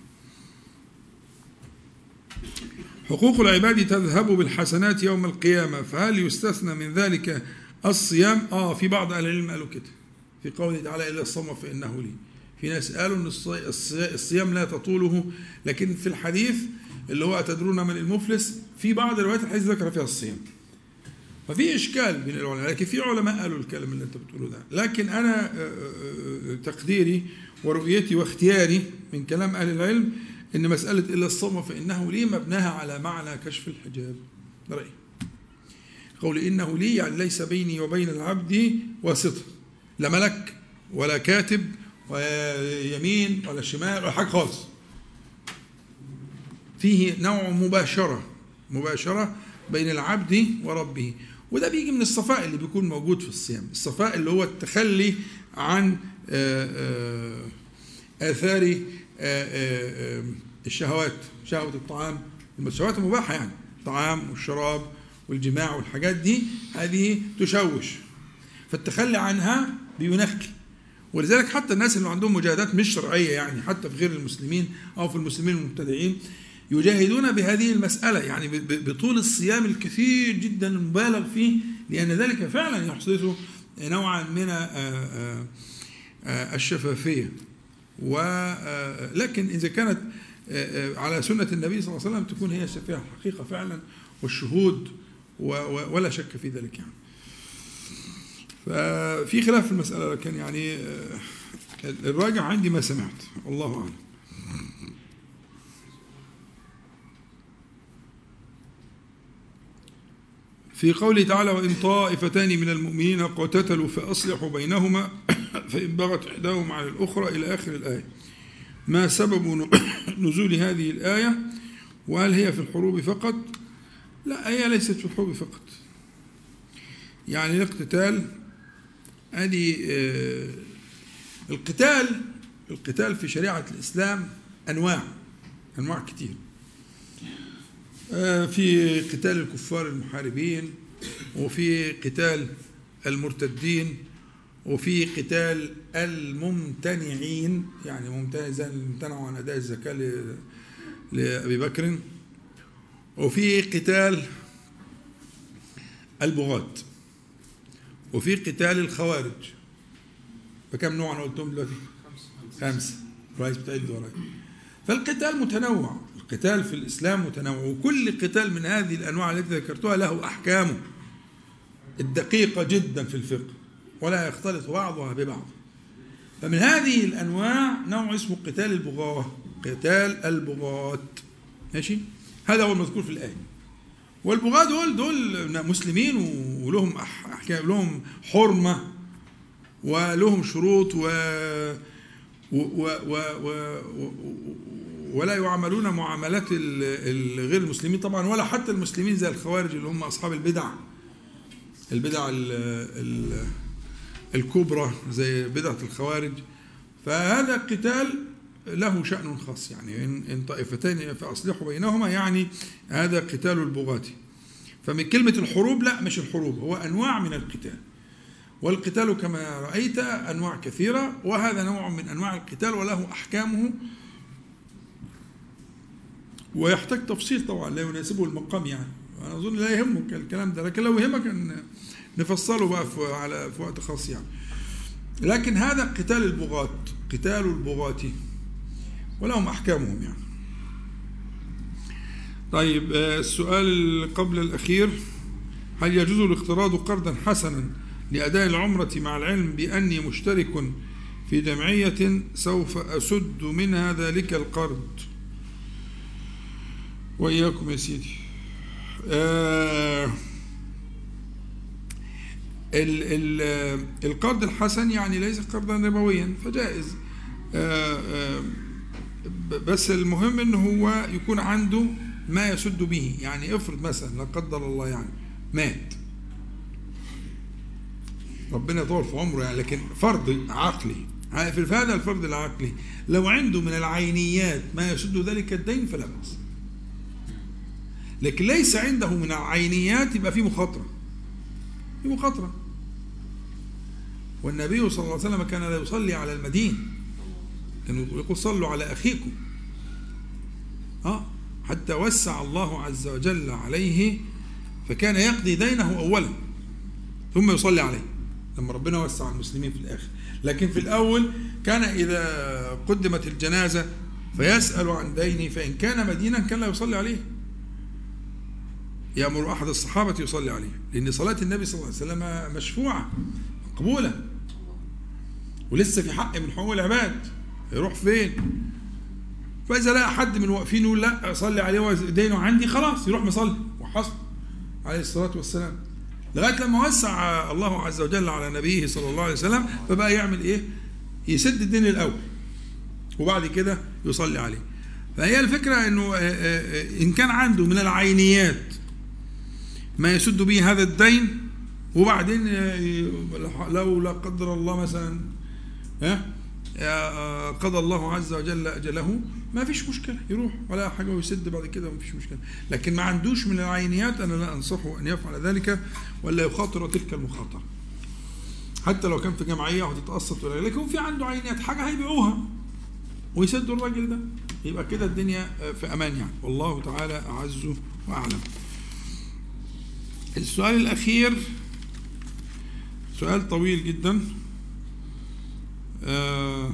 حقوق العباد تذهب بالحسنات يوم القيامة، فهل يستثنى من ذلك الصيام؟ آه في بعض أهل العلم قالوا كده في قوله تعالى إلا الصوم فإنه لي. في ناس قالوا أن الصيام لا تطوله، لكن في الحديث اللي هو أتدرون من المفلس، في بعض الروايات الحديث ذكر فيها الصيام، ففي إشكال بين العلماء. لكن في علماء قالوا الكلام اللي أنت بتقوله ده. لكن أنا تقديري ورؤيتي واختياري من كلام أهل العلم إن مسألة إلا الصوم فإنه لي مبناها على معنى كشف الحجاب. رأيي قول إنه لي يعني ليس بيني وبين العبد واسطة، لا ملك ولا كاتب ولا يمين ولا شمال ولا حاجة خالص، فيه نوع مباشرة مباشرة بين العبد وربه. وده بيجي من الصفاء اللي بيكون موجود في الصيام، الصفاء اللي هو التخلي عن آثار الشهوات، شهوة الطعام، الشهوات المباحة يعني الطعام والشراب والجماع والحاجات دي، هذه تشوش، فالتخلي عنها بينكي. ولذلك حتى الناس اللي عندهم مجاهدات مش شرعية يعني حتى في غير المسلمين أو في المسلمين المبتدعين يجاهدون بهذه المسألة، يعني بطول الصيام الكثير جدا المبالغ فيه، لأن ذلك فعلا يحدث نوعا من الشفافية. ولكن إذا كانت على سنة النبي صلى الله عليه وسلم تكون هي الشفافية الحقيقة فعلا والشهود، ولا شك في ذلك يعني. ففي خلاف في المسألة، لكن يعني الراجع عندي ما سمعت، الله أعلم. في قوله تعالى: وإن طائفتان من المؤمنين اقتتلوا فأصلحوا بينهما فإن بغت إحداهما على الأخرى إلى آخر الآية. ما سبب نزول هذه الآية؟ وهل هي في الحروب فقط؟ لا، هي ليست في الحروب فقط. يعني الاقتتال هذه القتال القتال في شريعة الإسلام أنواع أنواع كتير. في قتال الكفار المحاربين، وفي قتال المرتدين، وفي قتال الممتنعين، يعني ممتنع زي اللي امتنعوا عن أداء الزكاة لأبي بكر، وفي قتال البغاة، وفي قتال الخوارج. فكم نوع أنا قلتهم دلوقتي؟ خمسة. رئيس بتاع الدورات. فالقتال متنوع، القتال في الإسلام متنوع، وكل قتال من هذه الأنواع التي ذكرتها له أحكامه الدقيقة جدا في الفقه، ولا يختلط بعضها ببعض. فمن هذه الأنواع نوع اسمه قتال البغاة، قتال البغاة، ماشي؟ هذا هو المذكور في الآية. والبغاة دول دول مسلمين ولهم أحكام، لهم حرمة ولهم شروط و و و و ولا يعاملون معاملات الغير المسلمين طبعا، ولا حتى المسلمين زي الخوارج اللي هم أصحاب البدع البدع الكبرى زي بدعة الخوارج. فهذا قتال له شأن خاص، يعني إن طائفتين فأصلحوا بينهما، يعني هذا قتال البغاة. فمن كلمة الحروب، لا مش الحروب، هو أنواع من القتال. والقتال كما رأيت أنواع كثيرة، وهذا نوع من أنواع القتال وله أحكامه، ويحتاج تفصيل طبعا لا يناسبه المقام. يعني أنا أظن لا يهمك الكلام ده، لكن لو يهمك أن نفصله بقى في على في وقت خاص يعني. لكن هذا قتال البغاة، قتال البغاة ولهم أحكامهم يعني. طيب، السؤال قبل الأخير: هل يجوز الاقتراض قرضا حسنا لأداء العمرة مع العلم بأني مشترك في جمعية سوف أسد منها ذلك القرض؟ وإياكم يا سيدي. آه ال ال القرض الحسن يعني ليس قرضا ربويا فجائز، آه آه بس المهم انه هو يكون عنده ما يسد به. يعني افرض مثلا لا قدر الله يعني مات، ربنا يطول في عمره يعني، لكن فرض عقلي، في هذا الفرض العقلي لو عنده من العينيات ما يسد ذلك الدين فلا بأس. لكن ليس عنده من العينيات يبقى في مخاطرة، في مخاطرة. والنبي صلى الله عليه وسلم كان لا يصلي على المدين، كان يقول صلوا على أخيكم، اه حتى وسع الله عز وجل عليه، فكان يقضي دينه أولا ثم يصلي عليه لما ربنا وسع على المسلمين في الآخر. لكن في الأول كان إذا قدمت الجنازة فيسأل عن دينه، فإن كان مدينا كان لا يصلي عليه، يأمر أحد الصحابة يصلي عليه، لأن صلاة النبي صلى الله عليه وسلم مشفوعة مقبولة، ولسه في حق من حقوق العباد، يروح فين؟ فإذا لقى حد من واقفين يقول لا أصلي عليه ودينه عندي، خلاص يروح مصلي وحصل عليه الصلاة والسلام، لغاية لما وسع الله عز وجل على نبيه صلى الله عليه وسلم، فبقى يعمل إيه؟ يسد الدين الأول وبعد كده يصلي عليه. فهي الفكرة إنه إن كان عنده من العينيات ما يسد به هذا الدين، وبعدين لو لا قدر الله مثلا ها قضى الله عز وجل أجله ما فيش مشكلة، يروح ولا حاجة ويسد بعد كده ما فيش مشكلة. لكن ما عندوش من العينيات أنا لا أنصحه أن يفعل ذلك ولا يخاطر تلك المخاطرة، حتى لو كان في جمعية وتتقسط ولا، لكن في عنده عينيات حاجة هيبيعوها ويسدوا الراجل ده، يبقى كده الدنيا في أمان يعني. والله تعالى أعز وأعلم. السؤال الأخير سؤال طويل جدا، آه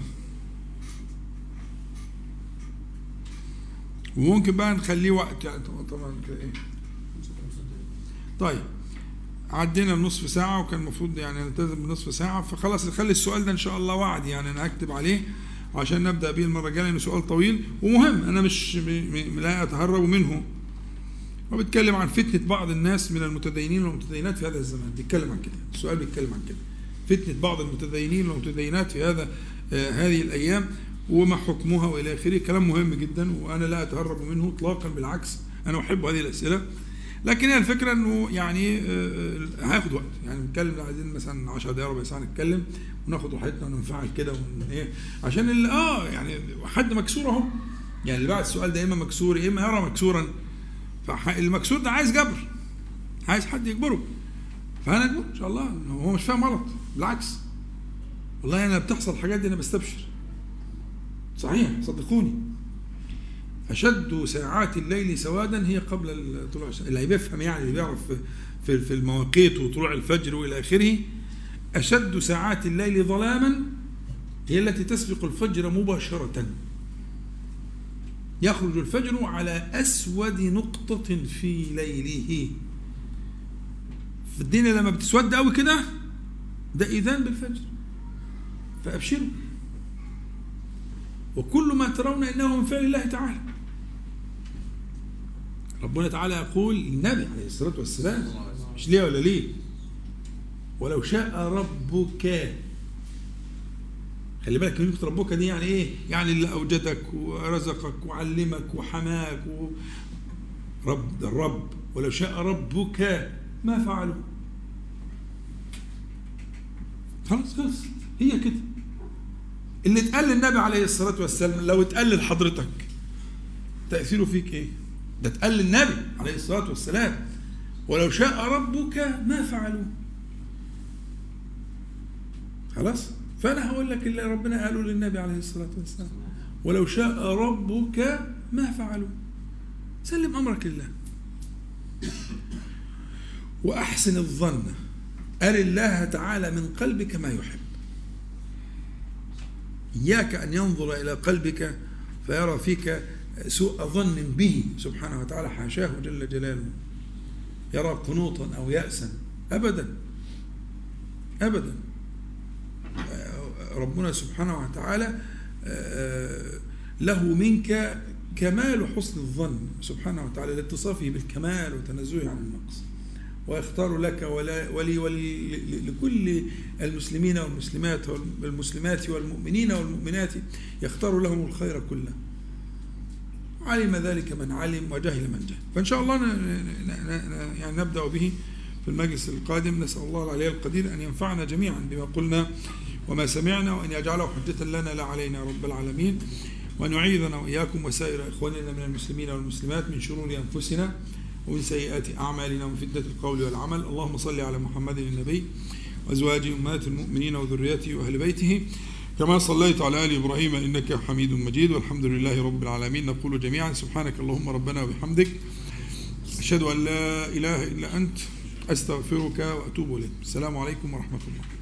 وممكن بقى نخليه وقت يعني طبعا كده ايه. طيب عدينا النصف ساعة وكان المفروض يعني نلتزم بنصف ساعة، فخلاص نخلي السؤال ده إن شاء الله وعد يعني أنا هكتب عليه عشان نبدأ به المرة الجاية، لأنه سؤال طويل ومهم، أنا مش لا أتهرب منه. وبيتكلم عن فتنة بعض الناس من المتدينين والمتدينات في هذا الزمان، بيتكلم عن كده، السؤال بيتكلم عن كده، فتنة بعض المتدينين والمتدينات في هذا آه هذه الأيام وما حكمها وإلى آخره. كلام مهم جدا وأنا لا أتهرب منه إطلاقا، بالعكس أنا أحب هذه الأسئلة، لكن هي الفكرة إنه يعني آه هياخد وقت، يعني نتكلم عايزين مثلا عشر دقايق ربع ساعة نتكلم وناخد راحتنا وننفعل كده ون إيه، عشان اللي آه يعني حد مكسور أهو، يعني اللي بعد السؤال ده إما مكسور إما يرى مكسورا، فالمكسور ده عايز جبر، عايز حد يجبره، فأنا أجبر إن شاء الله. هو مش فاهم غلط، بالعكس والله أنا بتحصل الحاجات دي أنا بستبشر صحيح صدقوني. أشد ساعات الليل سوادا هي قبل طلوع الشمس، اللي بيفهم يعني اللي بيعرف في في المواقيت وطلوع الفجر وإلى آخره. أشد ساعات الليل ظلاما هي التي تسبق الفجر مباشرة، يخرج الفجر على أسود نقطة في ليله. في الدنيا لما بتسود قوي كده ده إذان بالفجر، فأبشروا، وكل ما ترون إنه من فعل الله تعالى. ربنا تعالى يقول للنبي عليه الصلاة والسلام، مش ليه ولا ليه، ولو شاء ربك. خلي بالك كلمة ربك دي يعني ايه؟ يعني اللي اوجدك ورزقك وعلمك وحماك و... رب ده الرب. ولو شاء ربك ما فعلوا. خلاص خلاص هي كده. اللي اتقال للنبي عليه الصلاة والسلام لو اتقال لحضرتك تأثيره فيك ايه؟ ده اتقال للنبي عليه الصلاة والسلام ولو شاء ربك ما فعلوا. خلاص؟ فأنا هقول لك اللي ربنا قاله للنبي عليه الصلاة والسلام ولو شاء ربك ما فعلوا. سلم أمرك لله وأحسن الظن، أر الله تعالى من قلبك ما يحب. إياك أن ينظر إلى قلبك فيرى فيك سوء ظن به سبحانه وتعالى، حاشاه جل جلاله، يرى قنوطا أو يأسا، أبدا أبدا. ربنا سبحانه وتعالى له منك كمال حسن الظن سبحانه وتعالى لاتصافه بالكمال وتنزهه عن النقص، ويختار لك ولي ولي لكل المسلمين والمسلمات والمسلمات والمؤمنين والمؤمنات يختار لهم الخير كله. علم ذلك من علم وجهل من جهل. فإن شاء الله يعني نبدأ به في المجلس القادم. نسأل الله العلي القدير أن ينفعنا جميعا بما قلنا وما سمعنا، وأن يجعله حجة لنا لا علينا رب العالمين، وأن يعيذنا وإياكم وسائر إخواننا من المسلمين والمسلمات من شرور أنفسنا ومن سيئات أعمالنا ومن فتنة القول والعمل. اللهم صل على محمد النبي وأزواجه أمهات المؤمنين وذريته وأهل بيته كما صليت على آل إبراهيم إنك حميد مجيد، والحمد لله رب العالمين. نقول جميعا سبحانك اللهم ربنا وبحمدك، أشهد أن لا إله إلا أنت، أستغفرك وأتوب إليك. السلام عليكم ورحمة الله.